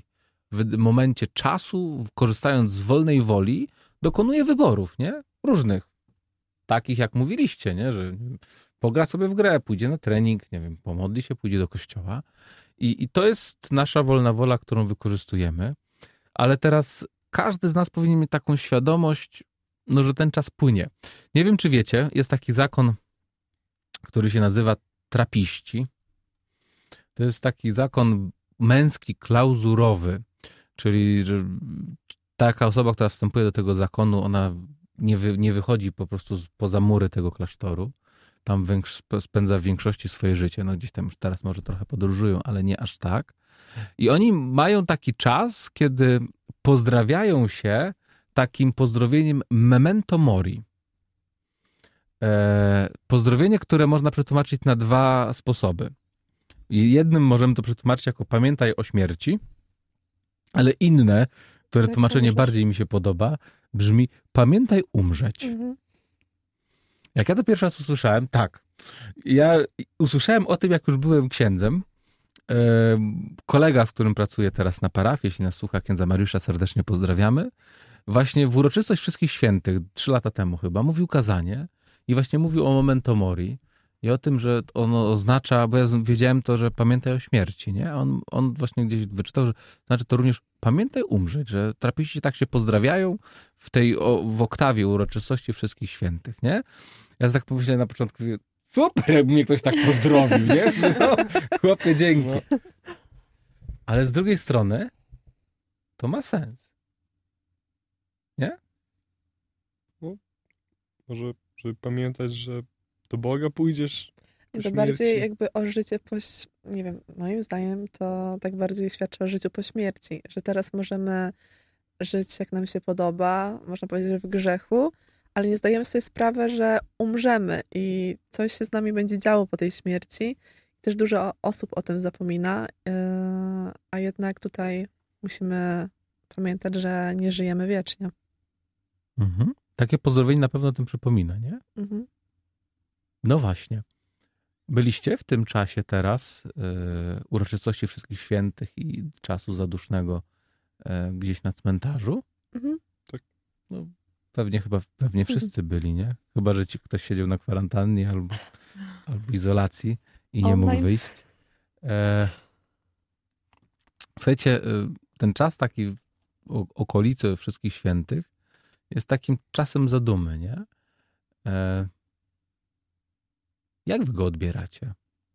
w momencie czasu, korzystając z wolnej woli, dokonuje wyborów, nie? Różnych. Takich, jak mówiliście, nie? Że pogra sobie w grę, pójdzie na trening, nie wiem, pomodli się, pójdzie do kościoła. I, i to jest nasza wolna wola, którą wykorzystujemy. Ale teraz każdy z nas powinien mieć taką świadomość, no, że ten czas płynie. Nie wiem, czy wiecie, jest taki zakon, który się nazywa trapiści. To jest taki zakon męski, klauzurowy, czyli że taka osoba, która wstępuje do tego zakonu, ona nie, wy, nie wychodzi po prostu z, poza mury tego klasztoru. Tam większ, spędza w większości swoje życie. No gdzieś tam już teraz może trochę podróżują, ale nie aż tak. I oni mają taki czas, kiedy pozdrawiają się takim pozdrowieniem memento mori. E, pozdrowienie, które można przetłumaczyć na dwa sposoby. I jednym możemy to przetłumaczyć jako pamiętaj o śmierci, ale inne, które Tak, tłumaczenie umrzeć. bardziej mi się podoba, brzmi pamiętaj umrzeć. Mhm. Jak ja to pierwszy raz usłyszałem, tak. Ja usłyszałem o tym, jak już byłem księdzem. E, kolega, z którym pracuję teraz na parafii, jeśli nas słucha, księdza Mariusza, serdecznie pozdrawiamy. Właśnie w uroczystość Wszystkich Świętych, trzy lata temu chyba, mówił kazanie i właśnie mówił o memento mori i o tym, że ono oznacza, bo ja wiedziałem to, że pamiętaj o śmierci, nie? On, on właśnie gdzieś wyczytał, że znaczy to również pamiętaj umrzeć, że trapiści tak się pozdrawiają w tej, o, w oktawie uroczystości Wszystkich Świętych, nie? Ja tak pomyślałem na początku, mówię, super, jakby mnie ktoś tak pozdrowił, nie? No, chłopie, dzięki. Ale z drugiej strony to ma sens. Może, żeby pamiętać, że do Boga pójdziesz po To śmierci. bardziej jakby o życie po... ś- Nie wiem, moim zdaniem to tak bardziej świadczy o życiu po śmierci, że teraz możemy żyć jak nam się podoba, można powiedzieć, że w grzechu, ale nie zdajemy sobie sprawy, że umrzemy i coś się z nami będzie działo po tej śmierci. Też dużo osób o tym zapomina, yy, a jednak tutaj musimy pamiętać, że nie żyjemy wiecznie. Mhm. Takie pozdrowienie na pewno o tym przypomina, nie? Mhm. No właśnie. Byliście w tym czasie teraz yy, uroczystości Wszystkich Świętych i czasu zadusznego yy, gdzieś na cmentarzu? Mhm. Tak. No, pewnie chyba pewnie wszyscy byli, nie? Chyba, że ci ktoś siedział na kwarantannie albo, albo izolacji i nie mógł Online. wyjść. E, słuchajcie, y, ten czas taki o, okolicy Wszystkich Świętych jest takim czasem zadumy, nie? E, jak wy go odbieracie?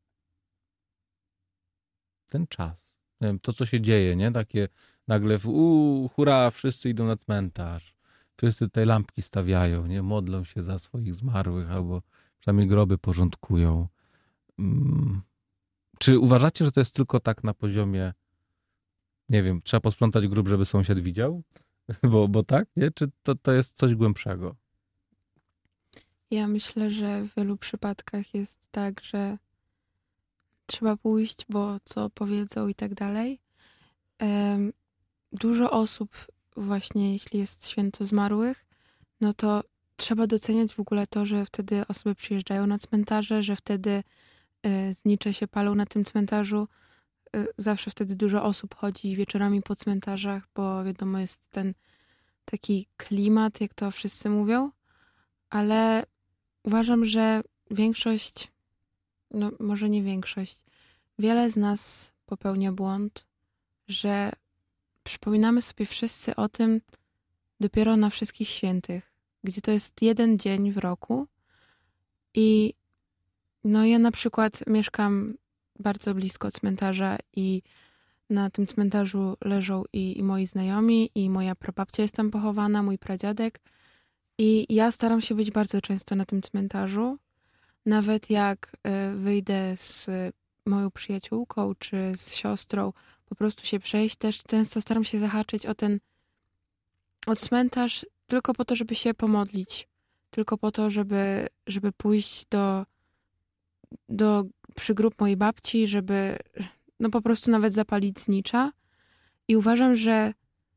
Ten czas. Nie wiem, to, co się dzieje, nie? Takie nagle, w, u, hurra, wszyscy idą na cmentarz. Wszyscy tutaj lampki stawiają, nie? Modlą się za swoich zmarłych, albo przynajmniej groby porządkują. Hmm. Czy uważacie, że to jest tylko tak na poziomie, nie wiem, trzeba posprzątać grób, żeby sąsiad widział? Bo, bo tak, nie? Czy to, to jest coś głębszego? Ja myślę, że w wielu przypadkach jest tak, że trzeba pójść, bo co powiedzą i tak dalej. Em, Dużo osób właśnie, jeśli jest święto zmarłych, no to trzeba doceniać w ogóle to, że wtedy osoby przyjeżdżają na cmentarze, że wtedy e, znicze się palą na tym cmentarzu. E, Zawsze wtedy dużo osób chodzi wieczorami po cmentarzach, bo wiadomo, jest ten taki klimat, jak to wszyscy mówią, ale uważam, że większość, no może nie większość, wiele z nas popełnia błąd, że przypominamy sobie wszyscy o tym dopiero na Wszystkich Świętych, gdzie to jest jeden dzień w roku i no ja na przykład mieszkam bardzo blisko cmentarza i na tym cmentarzu leżą i, i moi znajomi, i moja prababcia jest tam pochowana, mój pradziadek. I ja staram się być bardzo często na tym cmentarzu. Nawet jak y, wyjdę z moją przyjaciółką czy z siostrą, po prostu się przejść, też często staram się zahaczyć o ten o cmentarz tylko po to, żeby się pomodlić. Tylko po to, żeby, żeby pójść do, do przy grób mojej babci, żeby no po prostu nawet zapalić znicza. I uważam, że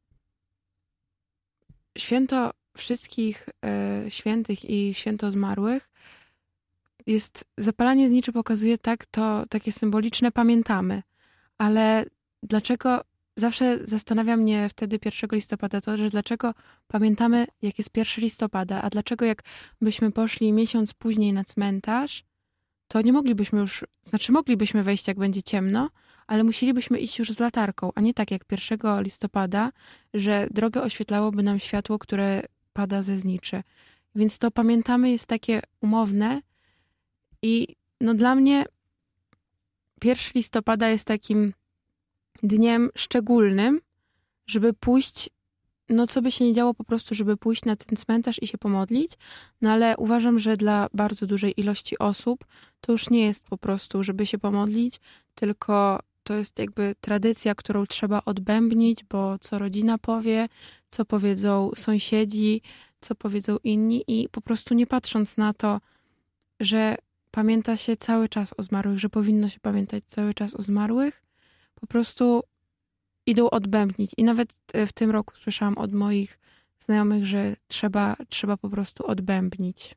święto Wszystkich e, Świętych i święto zmarłych jest, zapalanie zniczy pokazuje tak, to takie symboliczne pamiętamy. Ale dlaczego zawsze zastanawia mnie wtedy pierwszego listopada to, że dlaczego pamiętamy, jak jest pierwszego listopada, a dlaczego jak byśmy poszli miesiąc później na cmentarz, to nie moglibyśmy już, znaczy moglibyśmy wejść, jak będzie ciemno, ale musielibyśmy iść już z latarką, a nie tak jak pierwszego listopada, że drogę oświetlałoby nam światło, które pada ze zniczy. Więc to pamiętamy jest takie umowne i no dla mnie pierwszego listopada jest takim dniem szczególnym, żeby pójść, no co by się nie działo, po prostu, żeby pójść na ten cmentarz i się pomodlić, no ale uważam, że dla bardzo dużej ilości osób to już nie jest po prostu, żeby się pomodlić, tylko to jest jakby tradycja, którą trzeba odbębnić, bo co rodzina powie, co powiedzą sąsiedzi, co powiedzą inni i po prostu nie patrząc na to, że pamięta się cały czas o zmarłych, że powinno się pamiętać cały czas o zmarłych, po prostu idą odbębnić. I nawet w tym roku słyszałam od moich znajomych, że trzeba, trzeba po prostu odbębnić.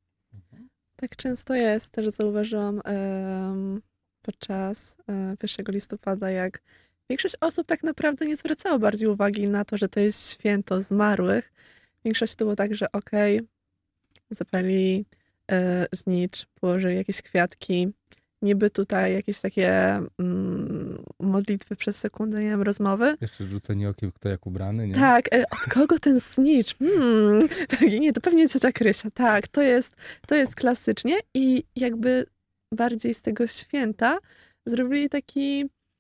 Tak często jest, też zauważyłam um, podczas um, pierwszego listopada, jak większość osób tak naprawdę nie zwracała bardziej uwagi na to, że to jest święto zmarłych. Większość to było tak, że okej, okay, zapalili e, znicz, położyli jakieś kwiatki, niby tutaj jakieś takie mm, modlitwy przez sekundę, nie wiem, rozmowy. Jeszcze rzucenie okiem, kto jak ubrany, nie? Tak, e, od kogo ten znicz? Hmm, tak, nie, to pewnie ciocia Krysia. Tak, to jest, to jest klasycznie i jakby bardziej z tego święta zrobili taki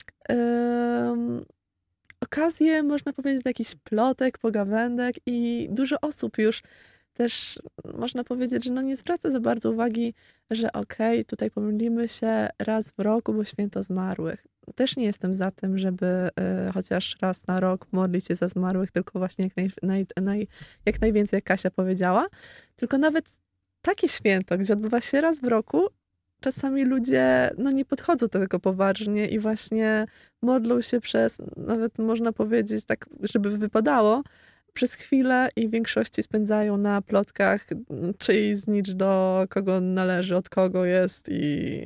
um, okazję, można powiedzieć, do jakichś plotek, pogawędek i dużo osób już też można powiedzieć, że no nie zwraca za bardzo uwagi, że okej, okay, tutaj pomodlimy się raz w roku, bo święto zmarłych. Też nie jestem za tym, żeby y, chociaż raz na rok modlić się za zmarłych, tylko właśnie jak, naj, naj, naj, jak najwięcej, jak Kasia powiedziała. Tylko nawet takie święto, gdzie odbywa się raz w roku, czasami ludzie no, nie podchodzą do tego poważnie i właśnie modlą się przez, nawet można powiedzieć tak, żeby wypadało, przez chwilę i w większości spędzają na plotkach, czyj znicz do kogo należy, od kogo jest i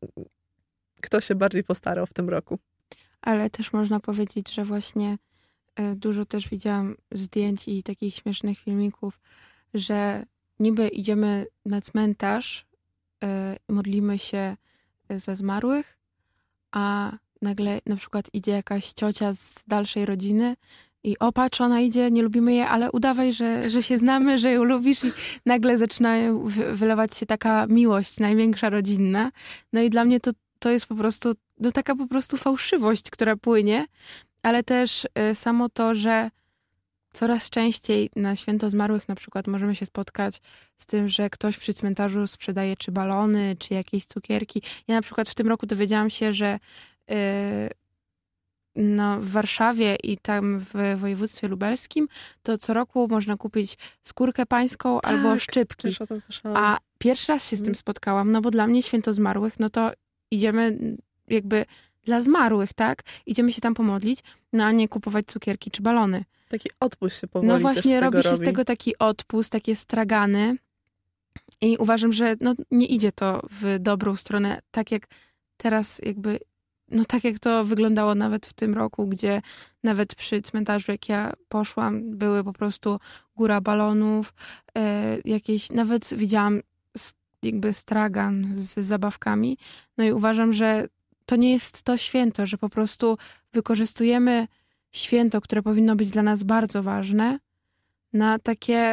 kto się bardziej postarał w tym roku. Ale też można powiedzieć, że właśnie dużo też widziałam zdjęć i takich śmiesznych filmików, że niby idziemy na cmentarz, modlimy się za zmarłych, a nagle na przykład idzie jakaś ciocia z dalszej rodziny i o patrz, ona idzie, nie lubimy jej, ale udawaj, że, że się znamy, że ją lubisz i nagle zaczyna wylewać się taka miłość, największa rodzinna. No i dla mnie to, to jest po prostu, no taka po prostu fałszywość, która płynie, ale też y, samo to, że coraz częściej na święto zmarłych na przykład możemy się spotkać z tym, że ktoś przy cmentarzu sprzedaje czy balony, czy jakieś cukierki. Ja na przykład w tym roku dowiedziałam się, że y, no, w Warszawie i tam w województwie lubelskim to co roku można kupić skórkę pańską tak, albo szczypki. Też o tym słyszałam. A pierwszy raz się z tym spotkałam, no bo dla mnie święto zmarłych, no to idziemy jakby dla zmarłych, tak? Idziemy się tam pomodlić, no a nie kupować cukierki czy balony. Taki odpust się powoli No właśnie, robi się robi. z tego taki odpust, takie stragany i uważam, że no, nie idzie to w dobrą stronę, tak jak teraz jakby, no tak jak to wyglądało nawet w tym roku, gdzie nawet przy cmentarzu, jak ja poszłam, były po prostu góra balonów, e, jakieś, nawet widziałam jakby stragan z zabawkami, no i uważam, że to nie jest to święto, że po prostu wykorzystujemy święto, które powinno być dla nas bardzo ważne, na takie,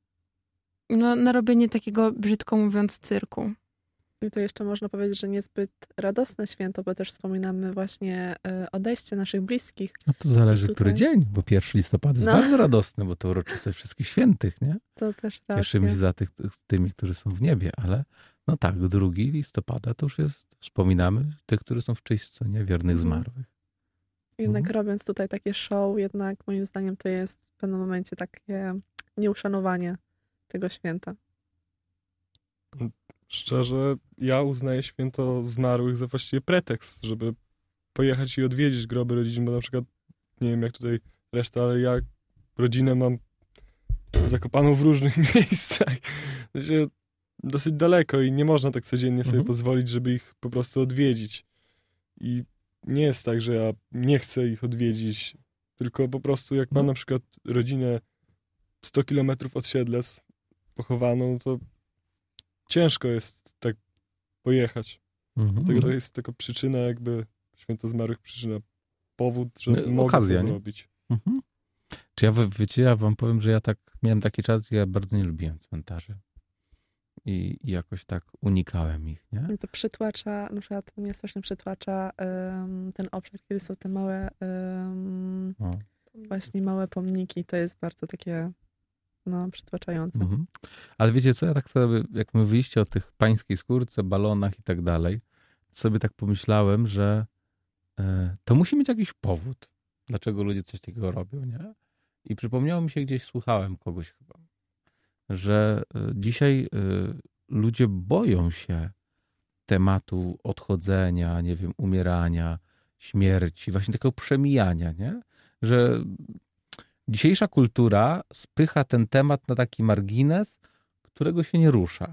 no na robienie takiego, brzydko mówiąc, cyrku. I to jeszcze można powiedzieć, że niezbyt radosne święto, bo też wspominamy właśnie odejście naszych bliskich. No to zależy, tutaj... który dzień, bo pierwszy listopada jest no. bardzo radosny, bo to uroczystość wszystkich świętych, nie? To też racja. Cieszymy się za tych, tymi, którzy są w niebie, ale no tak, drugi listopada to już jest, wspominamy tych, którzy są w czyśćcu, nie? Wiernych mhm. zmarłych. Jednak mhm. robiąc tutaj takie show, jednak moim zdaniem to jest w pewnym momencie takie nieuszanowanie tego święta. Szczerze, ja uznaję święto zmarłych za właściwie pretekst, żeby pojechać i odwiedzić groby rodzin, bo na przykład, nie wiem jak tutaj reszta, ale ja rodzinę mam zakopaną w różnych miejscach. Znaczy, dosyć daleko i nie można tak codziennie sobie mhm. pozwolić, żeby ich po prostu odwiedzić. I nie jest tak, że ja nie chcę ich odwiedzić, tylko po prostu jak mam No. na przykład rodzinę sto kilometrów od Siedlec pochowaną, to ciężko jest tak pojechać. Mhm. Dlatego to jest taka przyczyna jakby święto zmarłych, przyczyna, powód, że No, mogę okazja, to nie? zrobić. Mhm. Czy ja, wy- wiecie, ja wam powiem, że ja tak miałem taki czas, gdzie ja bardzo nie lubiłem cmentarzy. I, i jakoś tak unikałem ich, nie? To przytłacza, na przykład mnie strasznie przytłacza em, ten obszar, kiedy są te małe, em, O. właśnie małe pomniki. To jest bardzo takie, no, przytłaczające. Mhm. Ale wiecie co, ja tak sobie, jak my wyjście o tych pańskiej skórce, balonach i tak dalej, sobie tak pomyślałem, że e, to musi mieć jakiś powód, dlaczego ludzie coś takiego robią, nie? I przypomniało mi się, gdzieś słuchałem kogoś chyba, że e, dzisiaj e, ludzie boją się tematu odchodzenia, nie wiem, umierania, śmierci, właśnie takiego przemijania, nie? Że dzisiejsza kultura spycha ten temat na taki margines, którego się nie rusza.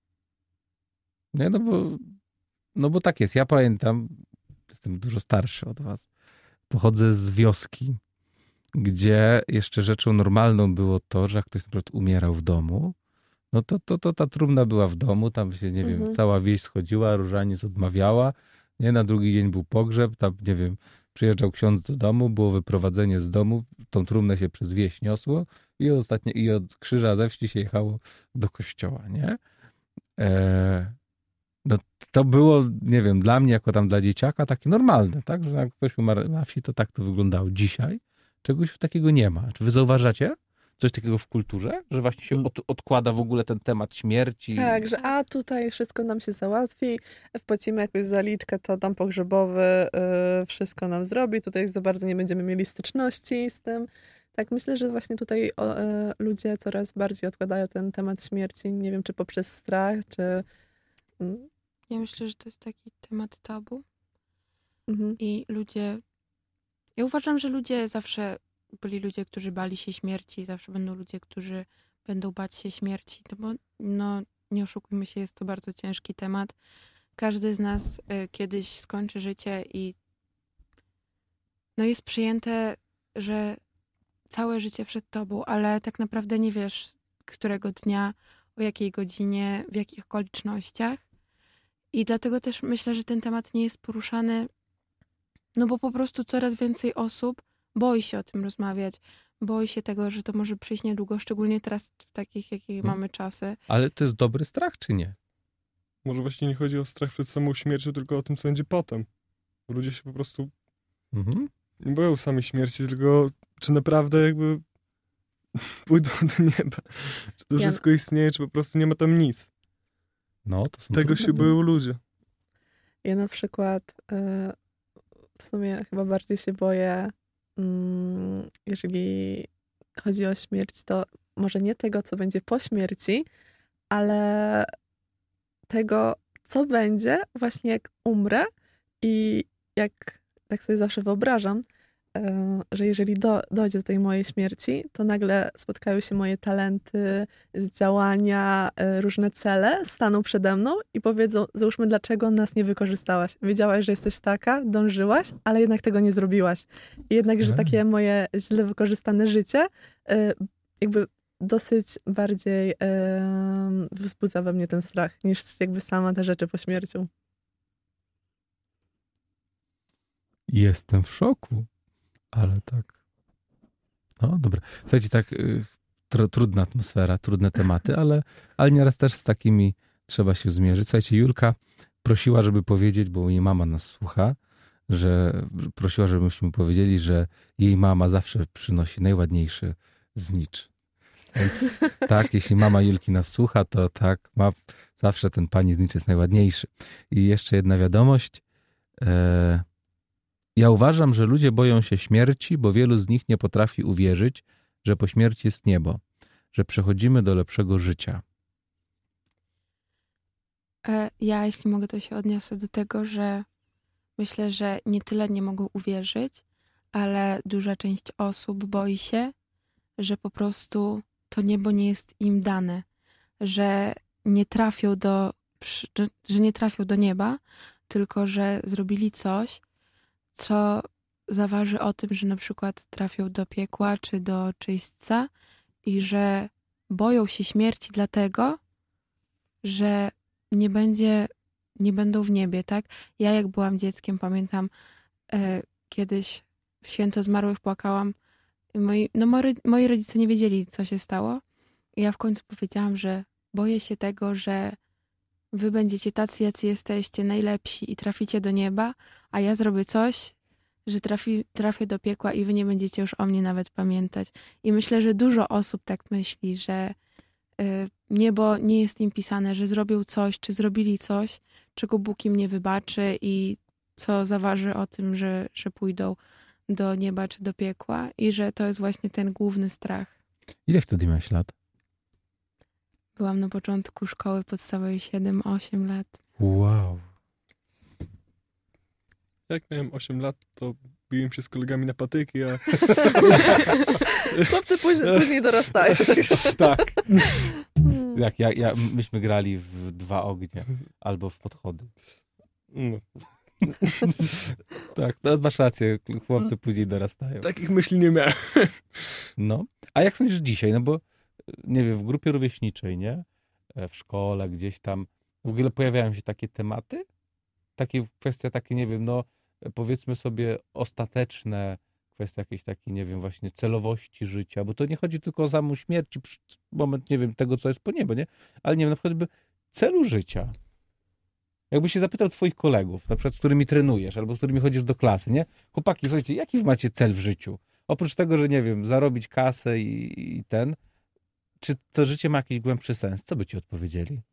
Nie, no bo, no bo tak jest. Ja pamiętam, jestem dużo starszy od was, pochodzę z wioski, gdzie jeszcze rzeczą normalną było to, że jak ktoś na przykład umierał w domu, no to, to, to ta trumna była w domu, tam się, nie wiem, Mhm. cała wieś schodziła, różaniec odmawiała, nie, na drugi dzień był pogrzeb, tam, nie wiem, przyjeżdżał ksiądz do domu, było wyprowadzenie z domu, tą trumnę się przez wieś niosło i ostatnie, i od krzyża ze wsi się jechało do kościoła, nie? E, no to było, nie wiem, dla mnie, jako tam dla dzieciaka, takie normalne, tak? Że jak ktoś umarł na wsi, to tak to wyglądało. Dzisiaj czegoś takiego nie ma. Czy wy zauważacie coś takiego w kulturze? Że właśnie się od, odkłada w ogóle ten temat śmierci? Tak, że a tutaj wszystko nam się załatwi, wpłacimy jakąś zaliczkę, to dom pogrzebowy y, wszystko nam zrobi, tutaj za bardzo nie będziemy mieli styczności z tym. Tak, myślę, że właśnie tutaj o, y, ludzie coraz bardziej odkładają ten temat śmierci, nie wiem, czy poprzez strach, czy... Mm, Ja myślę, że to jest taki temat tabu mhm. i ludzie... Ja uważam, że ludzie zawsze byli ludzie, którzy bali się śmierci, zawsze będą ludzie, którzy będą bać się śmierci, no bo no, nie oszukujmy się, jest to bardzo ciężki temat. Każdy z nas y, kiedyś skończy życie i no jest przyjęte, że całe życie przed tobą, ale tak naprawdę nie wiesz, którego dnia, o jakiej godzinie, w jakich okolicznościach. I dlatego też myślę, że ten temat nie jest poruszany, no bo po prostu coraz więcej osób boi się o tym rozmawiać. Boi się tego, że to może przyjść niedługo, szczególnie teraz w takich, jakie Hmm. mamy czasy. Ale to jest dobry strach, czy nie? Może właśnie nie chodzi o strach przed samą śmiercią, tylko o tym, co będzie potem. Ludzie się po prostu Mhm. nie boją samej śmierci, tylko czy naprawdę jakby pójdą do nieba. Czy to Ja- wszystko istnieje, czy po prostu nie ma tam nic. No, to są Tego trudne się boją ludzie. Ja na przykład y, w sumie chyba bardziej się boję, mm, jeżeli chodzi o śmierć, to może nie tego, co będzie po śmierci, ale tego, co będzie właśnie jak umrę i jak tak sobie zawsze wyobrażam, e, że jeżeli do, dojdzie do tej mojej śmierci, to nagle spotkają się moje talenty, działania, e, różne cele, staną przede mną i powiedzą, załóżmy, dlaczego nas nie wykorzystałaś. Wiedziałaś, że jesteś taka, dążyłaś, ale jednak tego nie zrobiłaś. I jednak, że A. takie moje źle wykorzystane życie e, jakby dosyć bardziej e, wzbudza we mnie ten strach, niż jakby sama te rzeczy po śmiercią. Jestem w szoku, ale tak. No dobra. Słuchajcie, tak y, tr- trudna atmosfera, trudne tematy, ale, ale nieraz też z takimi trzeba się zmierzyć. Słuchajcie, Julka prosiła, żeby powiedzieć, bo jej mama nas słucha, że prosiła, żebyśmy powiedzieli, że jej mama zawsze przynosi najładniejszy znicz. Więc tak, jeśli mama Julki nas słucha, to tak, ma, zawsze ten pani znicz jest najładniejszy. I jeszcze jedna wiadomość. E, Ja uważam, że ludzie boją się śmierci, bo wielu z nich nie potrafi uwierzyć, że po śmierci jest niebo, że przechodzimy do lepszego życia. E, Ja, jeśli mogę, to się odniosę do tego, że myślę, że nie tyle nie mogą uwierzyć, ale duża część osób boi się, że po prostu to niebo nie jest im dane, że nie trafią do, że nie trafią do nieba, tylko że zrobili coś, co zaważy o tym, że na przykład trafią do piekła czy do czyśćca i że boją się śmierci dlatego, że nie będzie, nie będą w niebie, tak? Ja jak byłam dzieckiem, pamiętam, e, kiedyś w święto zmarłych płakałam. I moi, no moi, moi rodzice nie wiedzieli, co się stało. I ja w końcu powiedziałam, że boję się tego, że wy będziecie tacy, jacy jesteście, najlepsi i traficie do nieba, a ja zrobię coś, że trafi, trafię do piekła i wy nie będziecie już o mnie nawet pamiętać. I myślę, że dużo osób tak myśli, że y, niebo nie jest im pisane, że zrobią coś, czy zrobili coś, czego Bóg im nie wybaczy i co zaważy o tym, że, że pójdą do nieba czy do piekła i że to jest właśnie ten główny strach. Ile wtedy miałeś lat? Byłam na początku szkoły podstawowej siedem osiem lat. Wow. Jak miałem osiem lat, to biłem się z kolegami na patyki, a... Chłopcy później, później dorastają. tak. Jak ja, ja, myśmy grali w dwa ognie albo w podchody. No. Tak, no masz rację, chłopcy później dorastają. Takich myśli nie miałem. No, a jak sądzisz dzisiaj? No bo, nie wiem, w grupie rówieśniczej, nie? W szkole, gdzieś tam, w ogóle pojawiają się takie tematy? Takie kwestie, takie, nie wiem, no powiedzmy sobie ostateczne, kwestie jakiejś takiej, nie wiem, właśnie celowości życia, bo to nie chodzi tylko o samą śmierć, moment, nie wiem, tego, co jest po niebo, nie? Ale nie wiem, na przykład by celu życia. Jakbyś się zapytał twoich kolegów, na przykład z którymi trenujesz, albo z którymi chodzisz do klasy, nie? Chłopaki, słuchajcie, jaki wy macie cel w życiu? Oprócz tego, że, nie wiem, zarobić kasę i, i ten, czy to życie ma jakiś głębszy sens? Co by ci odpowiedzieli?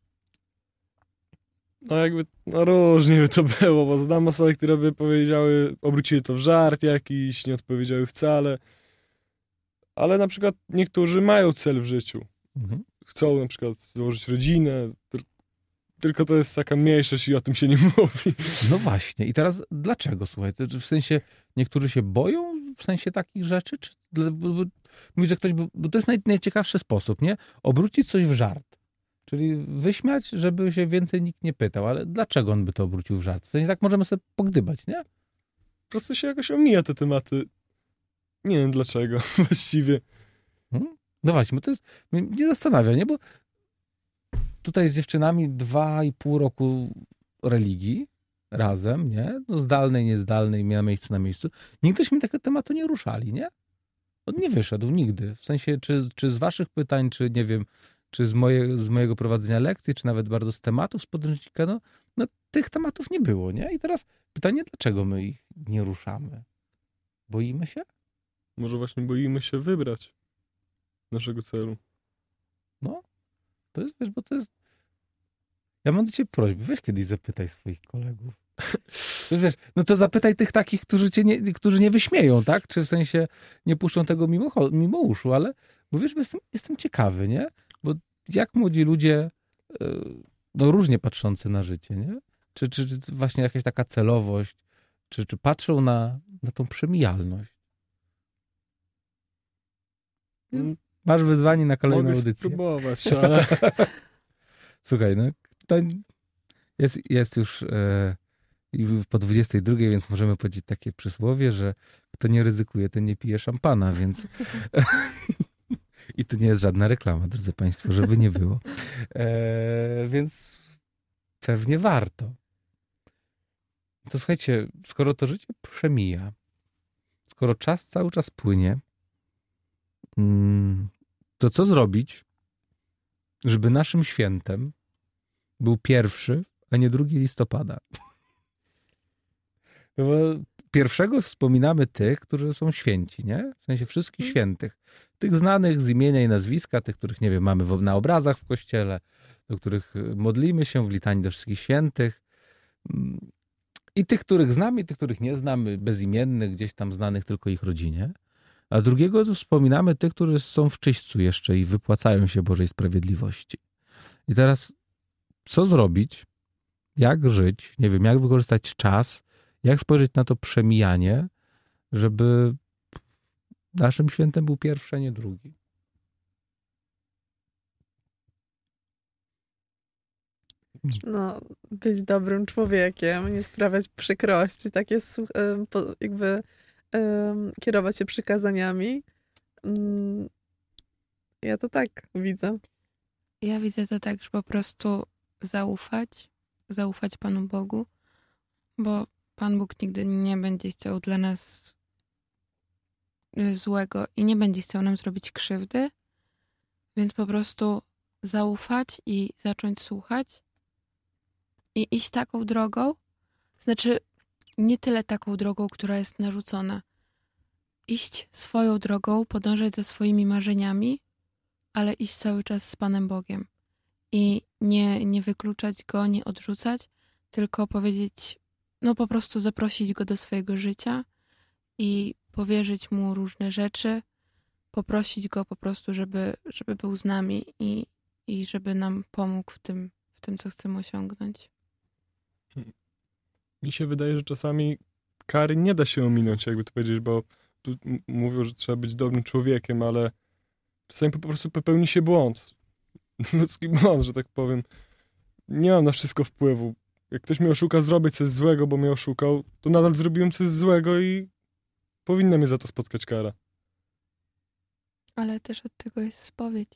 No jakby, no różnie by to było, bo znam osoby, które by powiedziały, obróciły to w żart jakiś, nie odpowiedziały wcale. Ale na przykład niektórzy mają cel w życiu. Mhm. Chcą na przykład założyć rodzinę, tylko to jest taka mniejszość i o tym się nie mówi. No właśnie. I teraz dlaczego, słuchaj? W sensie niektórzy się boją w sensie takich rzeczy? Czy, bo, bo, mówisz, że ktoś, bo, bo to jest naj, najciekawszy sposób, nie? Obrócić coś w żart. Czyli wyśmiać, żeby się więcej nikt nie pytał. Ale dlaczego on by to obrócił w żart? W sensie tak możemy sobie pogdybać, nie? Po prostu się jakoś omija te tematy. Nie wiem dlaczego właściwie. Hmm? No właśnie, bo to jest, mnie zastanawia, nie? Bo tutaj z dziewczynami dwa i pół roku religii razem, nie? No zdalnej, niezdalnej, na miejscu, na miejscu. Nigdyśmy takiego tematu nie ruszali, nie? On nie wyszedł nigdy. W sensie, czy, czy z waszych pytań, czy nie wiem, czy z, moje, z mojego prowadzenia lekcji, czy nawet bardzo z tematów z podręcznika, no, no tych tematów nie było, nie? I teraz pytanie, dlaczego my ich nie ruszamy? Boimy się? Może właśnie boimy się wybrać naszego celu. No, to jest, wiesz, bo to jest... Ja mam do ciebie prośbę, weź kiedyś zapytaj swoich kolegów. Wiesz, no to zapytaj tych takich, którzy cię nie, którzy nie wyśmieją, tak? Czy w sensie nie puszczą tego mimo, mimo uszu, ale bo wiesz, bo jestem, jestem ciekawy, nie? Bo jak młodzi ludzie, no różnie patrzący na życie, nie? Czy, czy, czy właśnie jakaś taka celowość, czy, czy patrzą na, na tą przemijalność? Mm. Masz wyzwanie na kolejną Mogę audycję. spróbować, ale... Słuchaj, no to jest, jest już e, po dwudziestej drugiej, więc możemy powiedzieć takie przysłowie, że kto nie ryzykuje, ten nie pije szampana, więc i to nie jest żadna reklama, drodzy państwo, żeby nie było. E, więc pewnie warto. To słuchajcie, skoro to życie przemija, skoro czas cały czas płynie, to co zrobić, żeby naszym świętem był pierwszy, a nie drugi listopada? No bo pierwszego wspominamy tych, którzy są święci, nie? W sensie wszystkich świętych. Tych znanych z imienia i nazwiska, tych, których, nie wiem, mamy na obrazach w kościele, do których modlimy się w litanii do wszystkich świętych. I tych, których znamy, i tych, których nie znamy, bezimiennych, gdzieś tam znanych tylko ich rodzinie. A drugiego wspominamy tych, którzy są w czyśćcu jeszcze i wypłacają się Bożej sprawiedliwości. I teraz co zrobić? Jak żyć? Nie wiem, jak wykorzystać czas? Jak spojrzeć na to przemijanie, żeby naszym świętem był pierwszy, a nie drugi? No, być dobrym człowiekiem, nie sprawiać przykrości, takie słuch- em, po- jakby em, kierować się przykazaniami. Mm, Ja to tak widzę. Ja widzę to tak, że po prostu zaufać, zaufać Panu Bogu, bo Pan Bóg nigdy nie będzie chciał dla nas y, złego i nie będzie chciał nam zrobić krzywdy, więc po prostu zaufać i zacząć słuchać i iść taką drogą, znaczy nie tyle taką drogą, która jest narzucona. Iść swoją drogą, podążać za swoimi marzeniami, ale iść cały czas z Panem Bogiem. I nie, nie wykluczać Go, nie odrzucać, tylko powiedzieć, no po prostu zaprosić Go do swojego życia i powierzyć Mu różne rzeczy, poprosić Go po prostu, żeby, żeby był z nami i, i żeby nam pomógł w tym, w tym, co chcemy osiągnąć. Mi się wydaje, że czasami kary nie da się ominąć, jakby to powiedzieć, bo tu m- mówią, że trzeba być dobrym człowiekiem, ale czasami po prostu popełni się błąd. Ludzki błąd, że tak powiem. Nie mam na wszystko wpływu. Jak ktoś mnie oszuka zrobić coś złego, bo mnie oszukał, to nadal zrobiłem coś złego i powinna mnie za to spotkać kara. Ale też od tego jest spowiedź.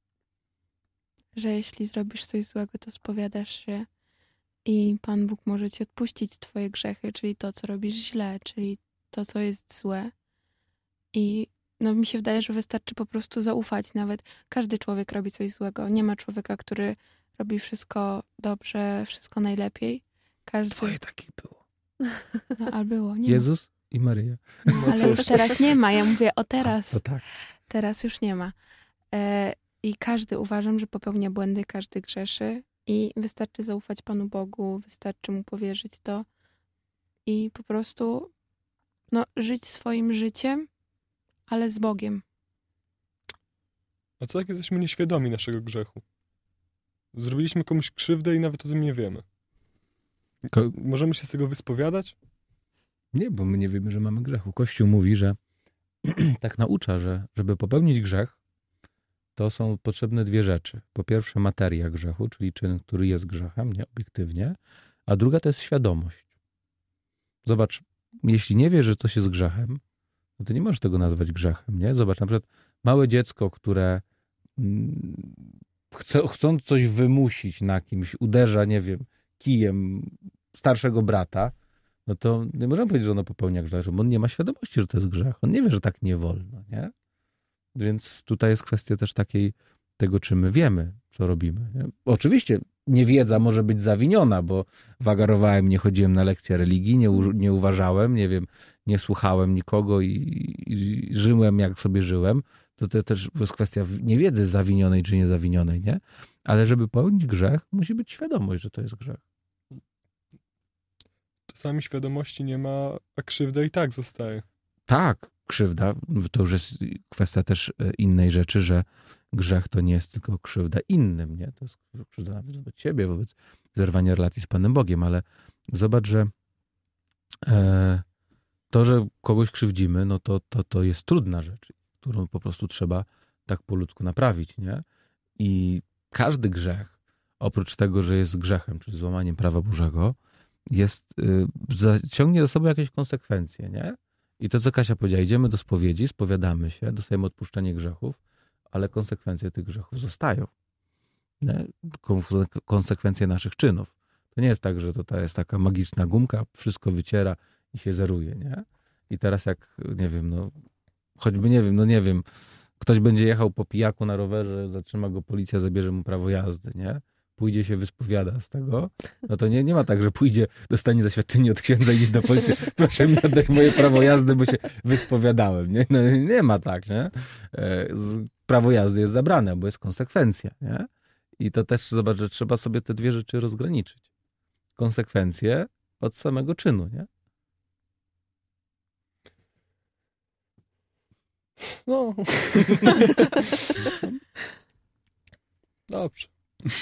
Że jeśli zrobisz coś złego, to spowiadasz się i Pan Bóg może ci odpuścić twoje grzechy, czyli to, co robisz źle, czyli to, co jest złe. I no mi się wydaje, że wystarczy po prostu zaufać. Nawet każdy człowiek robi coś złego. Nie ma człowieka, który robi wszystko dobrze, wszystko najlepiej. Każdy... Twoje takich było. No, ale było, nie Jezus i Maryja. ma. No Ale cóż. teraz nie ma. Ja mówię o teraz. To tak. Teraz już nie ma. E, I każdy, uważam, że popełnia błędy, każdy grzeszy i wystarczy zaufać Panu Bogu, wystarczy Mu powierzyć to i po prostu no, żyć swoim życiem, ale z Bogiem. A co jak jesteśmy nieświadomi naszego grzechu? Zrobiliśmy komuś krzywdę i nawet o tym nie wiemy. Ko- Możemy się z tego wyspowiadać? Nie, bo my nie wiemy, że mamy grzechu. Kościół mówi, że tak naucza, że żeby popełnić grzech, to są potrzebne dwie rzeczy. Po pierwsze materia grzechu, czyli czyn, który jest grzechem, nie obiektywnie, a druga to jest świadomość. Zobacz, jeśli nie wiesz, że coś jest grzechem, no to nie możesz tego nazwać grzechem, nie? Zobacz, na przykład małe dziecko, które mm, chce, chcąc coś wymusić na kimś, uderza, nie wiem, kijem starszego brata, no to nie możemy powiedzieć, że ono popełnia grzech, bo on nie ma świadomości, że to jest grzech. On nie wie, że tak nie wolno, nie? Więc tutaj jest kwestia też takiej, tego, czy my wiemy, co robimy. Nie? Oczywiście niewiedza może być zawiniona, bo wagarowałem, nie chodziłem na lekcje religii, nie, u, nie uważałem, nie wiem, nie słuchałem nikogo i, i żyłem, jak sobie żyłem. To, to też jest kwestia niewiedzy zawinionej czy niezawinionej, nie? Ale żeby popełnić grzech, musi być świadomość, że to jest grzech. Czasami świadomości nie ma, a krzywda i tak zostaje. Tak, krzywda, to już jest kwestia też innej rzeczy, że grzech to nie jest tylko krzywda innym, nie? To jest krzywda nawet wobec siebie, wobec zerwania relacji z Panem Bogiem, ale zobacz, że e, to, że kogoś krzywdzimy, no to, to, to jest trudna rzecz, którą po prostu trzeba tak po ludzku naprawić, nie? I każdy grzech, oprócz tego, że jest grzechem, czyli złamaniem prawa Bożego, jest, y, ciągnie za sobą jakieś konsekwencje, nie? I to, co Kasia powiedziała, idziemy do spowiedzi, spowiadamy się, dostajemy odpuszczenie grzechów, ale konsekwencje tych grzechów zostają. Nie? Konsekwencje naszych czynów. To nie jest tak, że to ta jest taka magiczna gumka, wszystko wyciera i się zeruje, nie? I teraz jak, nie wiem, no, choćby, nie wiem, no nie wiem, ktoś będzie jechał po pijaku na rowerze, zatrzyma go policja, zabierze mu prawo jazdy, nie? Pójdzie się wyspowiada z tego, no to nie, nie ma tak, że pójdzie, dostanie zaświadczenie od księdza i idzie do policji, proszę mi oddać moje prawo jazdy, bo się wyspowiadałem, nie? No nie ma tak, nie? Prawo jazdy jest zabrane, bo jest konsekwencja, nie? I to też, zobacz, że trzeba sobie te dwie rzeczy rozgraniczyć. Konsekwencje od samego czynu, nie? No. Dobrze.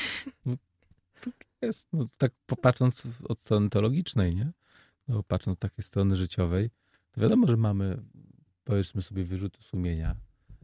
Jest, no, tak popatrząc od strony teologicznej, nie? No, patrząc z takiej strony życiowej, to wiadomo, że mamy, powiedzmy sobie, wyrzuty sumienia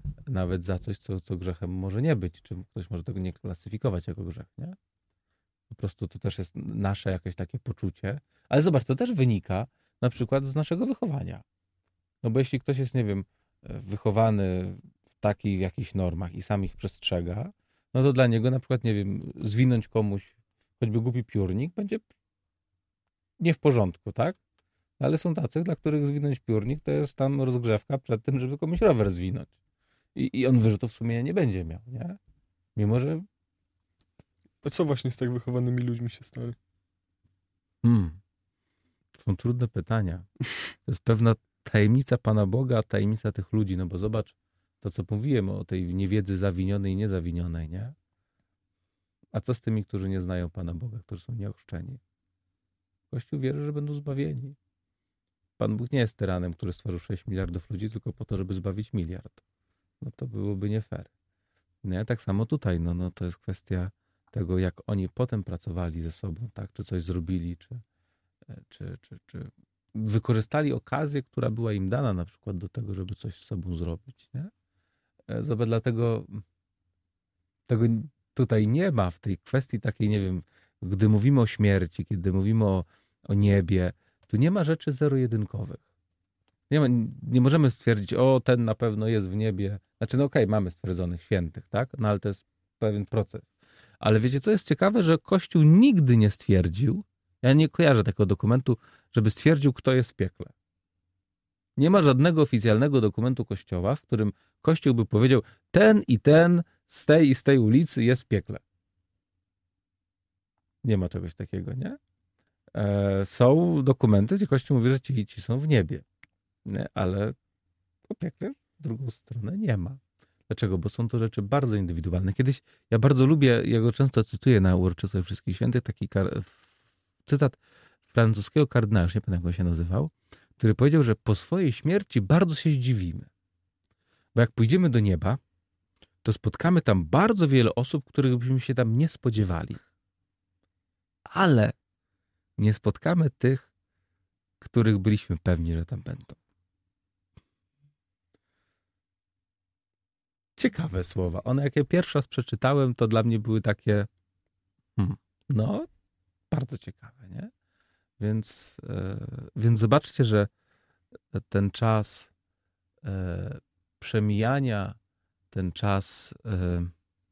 nawet za coś, co, co grzechem może nie być, czy ktoś może tego nie klasyfikować jako grzech, nie? Po prostu to też jest nasze jakieś takie poczucie. Ale zobacz, to też wynika na przykład z naszego wychowania. No bo jeśli ktoś jest, nie wiem, wychowany w takich jakichś normach i sam ich przestrzega, no to dla niego na przykład, nie wiem, zwinąć komuś choćby głupi piórnik będzie nie w porządku, tak? Ale są tacy, dla których zwinąć piórnik to jest tam rozgrzewka przed tym, żeby komuś rower zwinąć. I, i on wyrzutów sumienia nie będzie miał, nie? Mimo, że... A co właśnie z tak wychowanymi ludźmi się stanie? Hmm. To są trudne pytania. To jest pewna tajemnica Pana Boga, a tajemnica tych ludzi, no bo zobacz to, co mówiłem o tej niewiedzy zawinionej i niezawinionej, nie? A co z tymi, którzy nie znają Pana Boga, którzy są nieochrzczeni? Kościół wierzy, że będą zbawieni. Pan Bóg nie jest tyranem, który stworzył sześć miliardów ludzi tylko po to, żeby zbawić miliard. No to byłoby nie fair. Nie? Tak samo tutaj, no, no to jest kwestia tego, jak oni potem pracowali ze sobą, tak? Czy coś zrobili, czy, czy, czy, czy wykorzystali okazję, która była im dana na przykład do tego, żeby coś z sobą zrobić. Nie? Zobacz, dlatego tego tutaj nie ma w tej kwestii takiej, nie wiem, gdy mówimy o śmierci, kiedy mówimy o, o niebie, tu nie ma rzeczy zero-jedynkowych. Nie, ma, nie możemy stwierdzić, o, ten na pewno jest w niebie. Znaczy, no okej, okay, mamy stwierdzonych świętych, tak? No ale to jest pewien proces. Ale wiecie, co jest ciekawe, że Kościół nigdy nie stwierdził, ja nie kojarzę takiego dokumentu, żeby stwierdził, kto jest w piekle. Nie ma żadnego oficjalnego dokumentu Kościoła, w którym Kościół by powiedział, ten i ten z tej i z tej ulicy jest w piekle. Nie ma czegoś takiego, nie? E, są dokumenty, gdzie Kościół mówi, że ci, ci są w niebie. Nie? Ale o piekle w drugą stronę nie ma. Dlaczego? Bo są to rzeczy bardzo indywidualne. Kiedyś, ja bardzo lubię, ja go często cytuję na uroczystość Wszystkich Świętych, taki kar- cytat francuskiego kardynała, już nie pamiętam, jak on się nazywał, który powiedział, że po swojej śmierci bardzo się zdziwimy. Bo jak pójdziemy do nieba, to spotkamy tam bardzo wiele osób, których byśmy się tam nie spodziewali. Ale nie spotkamy tych, których byliśmy pewni, że tam będą. Ciekawe słowa. One, jak je pierwszy raz przeczytałem, to dla mnie były takie hmm, no, bardzo ciekawe, nie? Więc, e, więc zobaczcie, że ten czas e, przemijania, ten czas e,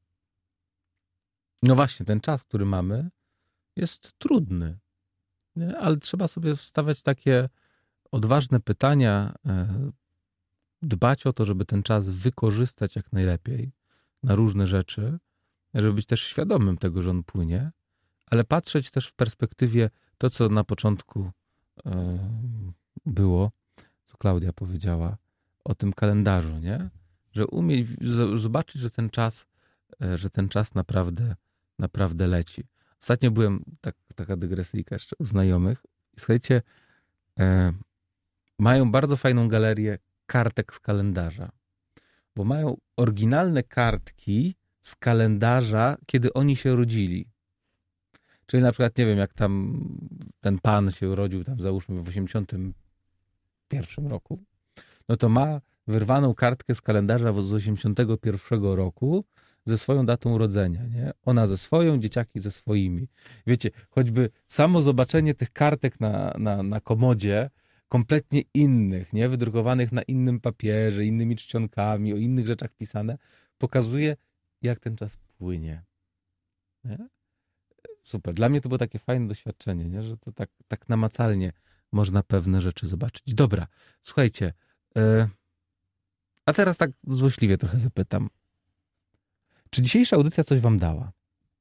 no właśnie, ten czas, który mamy, jest trudny. Nie? Ale trzeba sobie stawiać takie odważne pytania, e, dbać o to, żeby ten czas wykorzystać jak najlepiej na różne rzeczy, żeby być też świadomym tego, że on płynie, ale patrzeć też w perspektywie to, co na początku e, było, co Klaudia powiedziała o tym kalendarzu, nie? Że umieć zobaczyć, że ten czas, e, że ten czas naprawdę, naprawdę leci. Ostatnio byłem, tak, taka dygresyjka jeszcze u znajomych i słuchajcie, e, mają bardzo fajną galerię kartek z kalendarza, bo mają oryginalne kartki z kalendarza, kiedy oni się rodzili. Czyli na przykład, nie wiem, jak tam ten pan się urodził, tam załóżmy w osiemdziesiątym pierwszym roku, no to ma wyrwaną kartkę z kalendarza z osiemdziesiątego pierwszego roku ze swoją datą urodzenia, nie? Ona ze swoją, dzieciaki ze swoimi. Wiecie, choćby samo zobaczenie tych kartek na, na, na komodzie, kompletnie innych, nie? Wydrukowanych na innym papierze, innymi czcionkami, o innych rzeczach pisane, pokazuje, jak ten czas płynie. Nie? Super. Dla mnie to było takie fajne doświadczenie, nie? Że to tak, tak namacalnie można pewne rzeczy zobaczyć. Dobra, słuchajcie, yy, a teraz tak złośliwie trochę zapytam. Czy dzisiejsza audycja coś wam dała?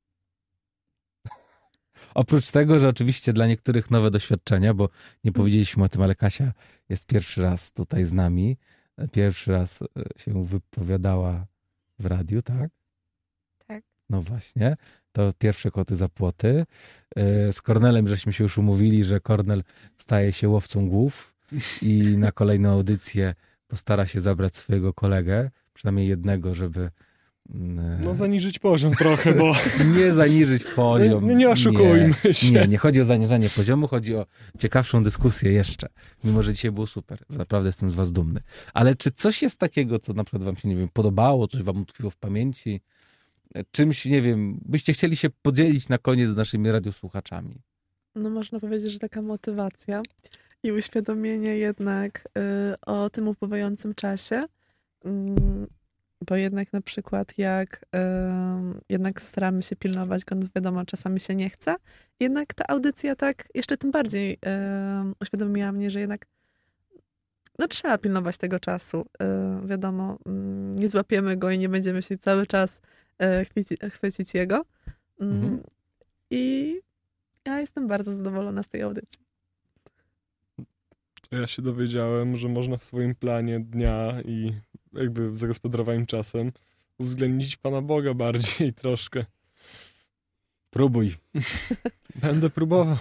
Oprócz tego, że oczywiście dla niektórych nowe doświadczenia, bo nie powiedzieliśmy o tym, ale Kasia jest pierwszy raz tutaj z nami. Pierwszy raz się wypowiadała w radiu, tak? Tak. No właśnie. To pierwsze koty za płoty. Z Kornelem żeśmy się już umówili, że Kornel staje się łowcą głów i na kolejną audycję postara się zabrać swojego kolegę, przynajmniej jednego, żeby no zaniżyć poziom trochę, bo... Nie zaniżyć poziom. Nie, nie oszukujmy nie, się. Nie, nie chodzi o zaniżanie poziomu, chodzi o ciekawszą dyskusję jeszcze. Mimo, że dzisiaj było super. Naprawdę jestem z was dumny. Ale czy coś jest takiego, co na przykład wam się, nie wiem, podobało, coś wam utkwiło w pamięci? czymś, nie wiem, byście chcieli się podzielić na koniec z naszymi radiosłuchaczami? No można powiedzieć, że taka motywacja i uświadomienie jednak y, o tym upływającym czasie, mm, bo jednak na przykład jak y, jednak staramy się pilnować go, no wiadomo, czasami się nie chce, jednak ta audycja tak jeszcze tym bardziej y, uświadomiła mnie, że jednak no trzeba pilnować tego czasu. Y, wiadomo, y, nie złapiemy go i nie będziemy się cały czas y, chwyci, chwycić jego. Y, Mhm. I ja jestem bardzo zadowolona z tej audycji. To ja się dowiedziałem, że można w swoim planie dnia i jakby w zagospodarowaniu czasem uwzględnić Pana Boga bardziej troszkę. Próbuj. Będę próbował.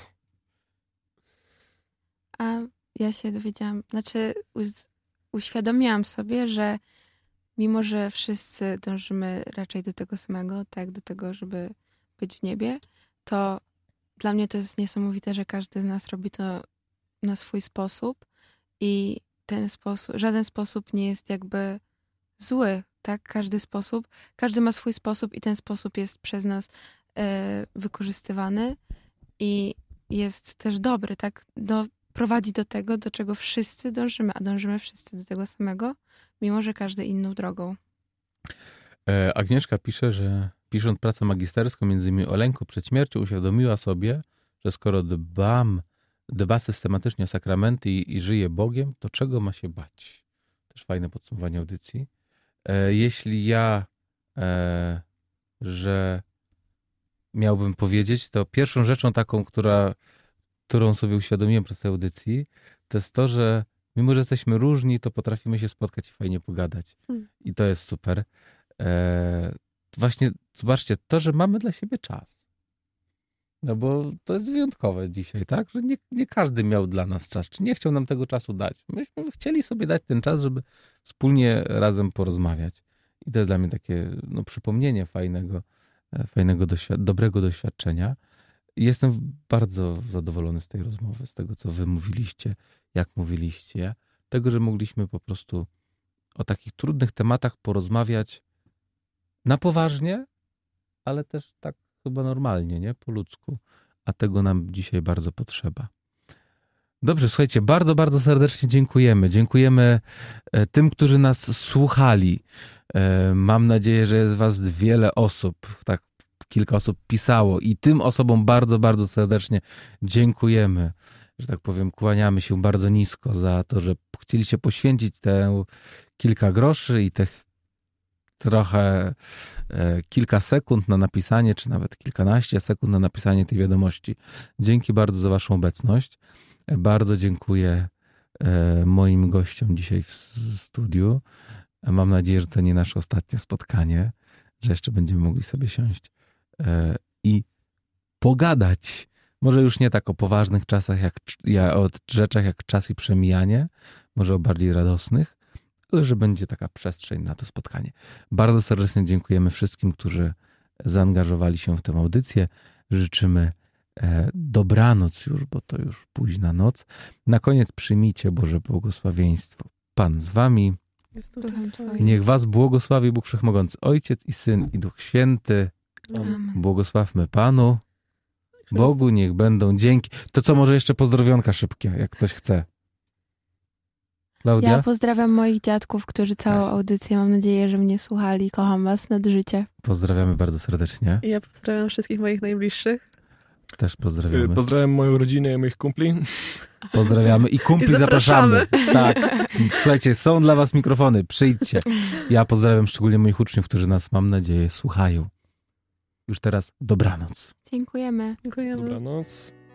A ja się dowiedziałam, znaczy uz- uświadomiłam sobie, że mimo, że wszyscy dążymy raczej do tego samego, tak, do tego, żeby być w niebie, to dla mnie to jest niesamowite, że każdy z nas robi to na swój sposób i ten sposób, żaden sposób nie jest jakby zły, tak? Każdy sposób, każdy ma swój sposób i ten sposób jest przez nas e, wykorzystywany i jest też dobry, tak? Do, prowadzi do tego, do czego wszyscy dążymy, a dążymy wszyscy do tego samego, mimo że każdy inną drogą. E, Agnieszka pisze, że pisząc pracę magisterską między innymi o lęku przed śmiercią, uświadomiła sobie, że skoro dbam, dba systematycznie o sakramenty i, i żyje Bogiem, to czego ma się bać? Też fajne podsumowanie audycji. E, jeśli ja, e, że miałbym powiedzieć, to pierwszą rzeczą taką, która, którą sobie uświadomiłem przez tę audycji, to jest to, że mimo, że jesteśmy różni, to potrafimy się spotkać i fajnie pogadać. Hmm. I to jest super. E, właśnie, zobaczcie, to, że mamy dla siebie czas. No bo to jest wyjątkowe dzisiaj, tak? Że nie, nie każdy miał dla nas czas, czy nie chciał nam tego czasu dać. Myśmy chcieli sobie dać ten czas, żeby wspólnie razem porozmawiać. I to jest dla mnie takie no, przypomnienie fajnego, fajnego doświad- dobrego doświadczenia. I jestem bardzo zadowolony z tej rozmowy, z tego, co wy mówiliście, jak mówiliście. Tego, że mogliśmy po prostu o takich trudnych tematach porozmawiać na poważnie, ale też tak chyba normalnie, nie? Po ludzku. A tego nam dzisiaj bardzo potrzeba. Dobrze, słuchajcie, bardzo, bardzo serdecznie dziękujemy. Dziękujemy e, tym, którzy nas słuchali. E, mam nadzieję, że jest was wiele osób, tak kilka osób pisało i tym osobom bardzo, bardzo serdecznie dziękujemy. Że tak powiem, kłaniamy się bardzo nisko za to, że chcieliście poświęcić te kilka groszy i tych trochę e, kilka sekund na napisanie, czy nawet kilkanaście sekund na napisanie tej wiadomości. Dzięki bardzo za waszą obecność. E, bardzo dziękuję e, moim gościom dzisiaj w studiu. E, mam nadzieję, że to nie nasze ostatnie spotkanie, że jeszcze będziemy mogli sobie siąść e, i pogadać. Może już nie tak o poważnych czasach, jak, ja, o rzeczach jak czas i przemijanie, może o bardziej radosnych, ale że będzie taka przestrzeń na to spotkanie. Bardzo serdecznie dziękujemy wszystkim, którzy zaangażowali się w tę audycję. Życzymy e, dobranoc już, bo to już późna noc. Na koniec przyjmijcie Boże błogosławieństwo. Pan z wami. Jest Duchem duchem Twoim. Twoim. Niech was błogosławi Bóg Wszechmogący, Ojciec i Syn i Duch Święty. Amen. Błogosławmy Panu. Bogu niech będą dzięki. To co, może jeszcze pozdrowionka szybkie, jak ktoś chce. Klaudia? Ja pozdrawiam moich dziadków, którzy całą Kasia. audycję, mam nadzieję, że mnie słuchali. Kocham was nad życie. Pozdrawiamy bardzo serdecznie. I ja pozdrawiam wszystkich moich najbliższych. Też pozdrawiamy. Pozdrawiam moją rodzinę i moich kumpli. Pozdrawiamy i kumpli I zapraszamy. zapraszamy. Tak. Słuchajcie, są dla was mikrofony. Przyjdźcie. Ja pozdrawiam szczególnie moich uczniów, którzy nas, mam nadzieję, słuchają. Już teraz dobranoc. Dziękujemy. Dziękujemy. Dobranoc.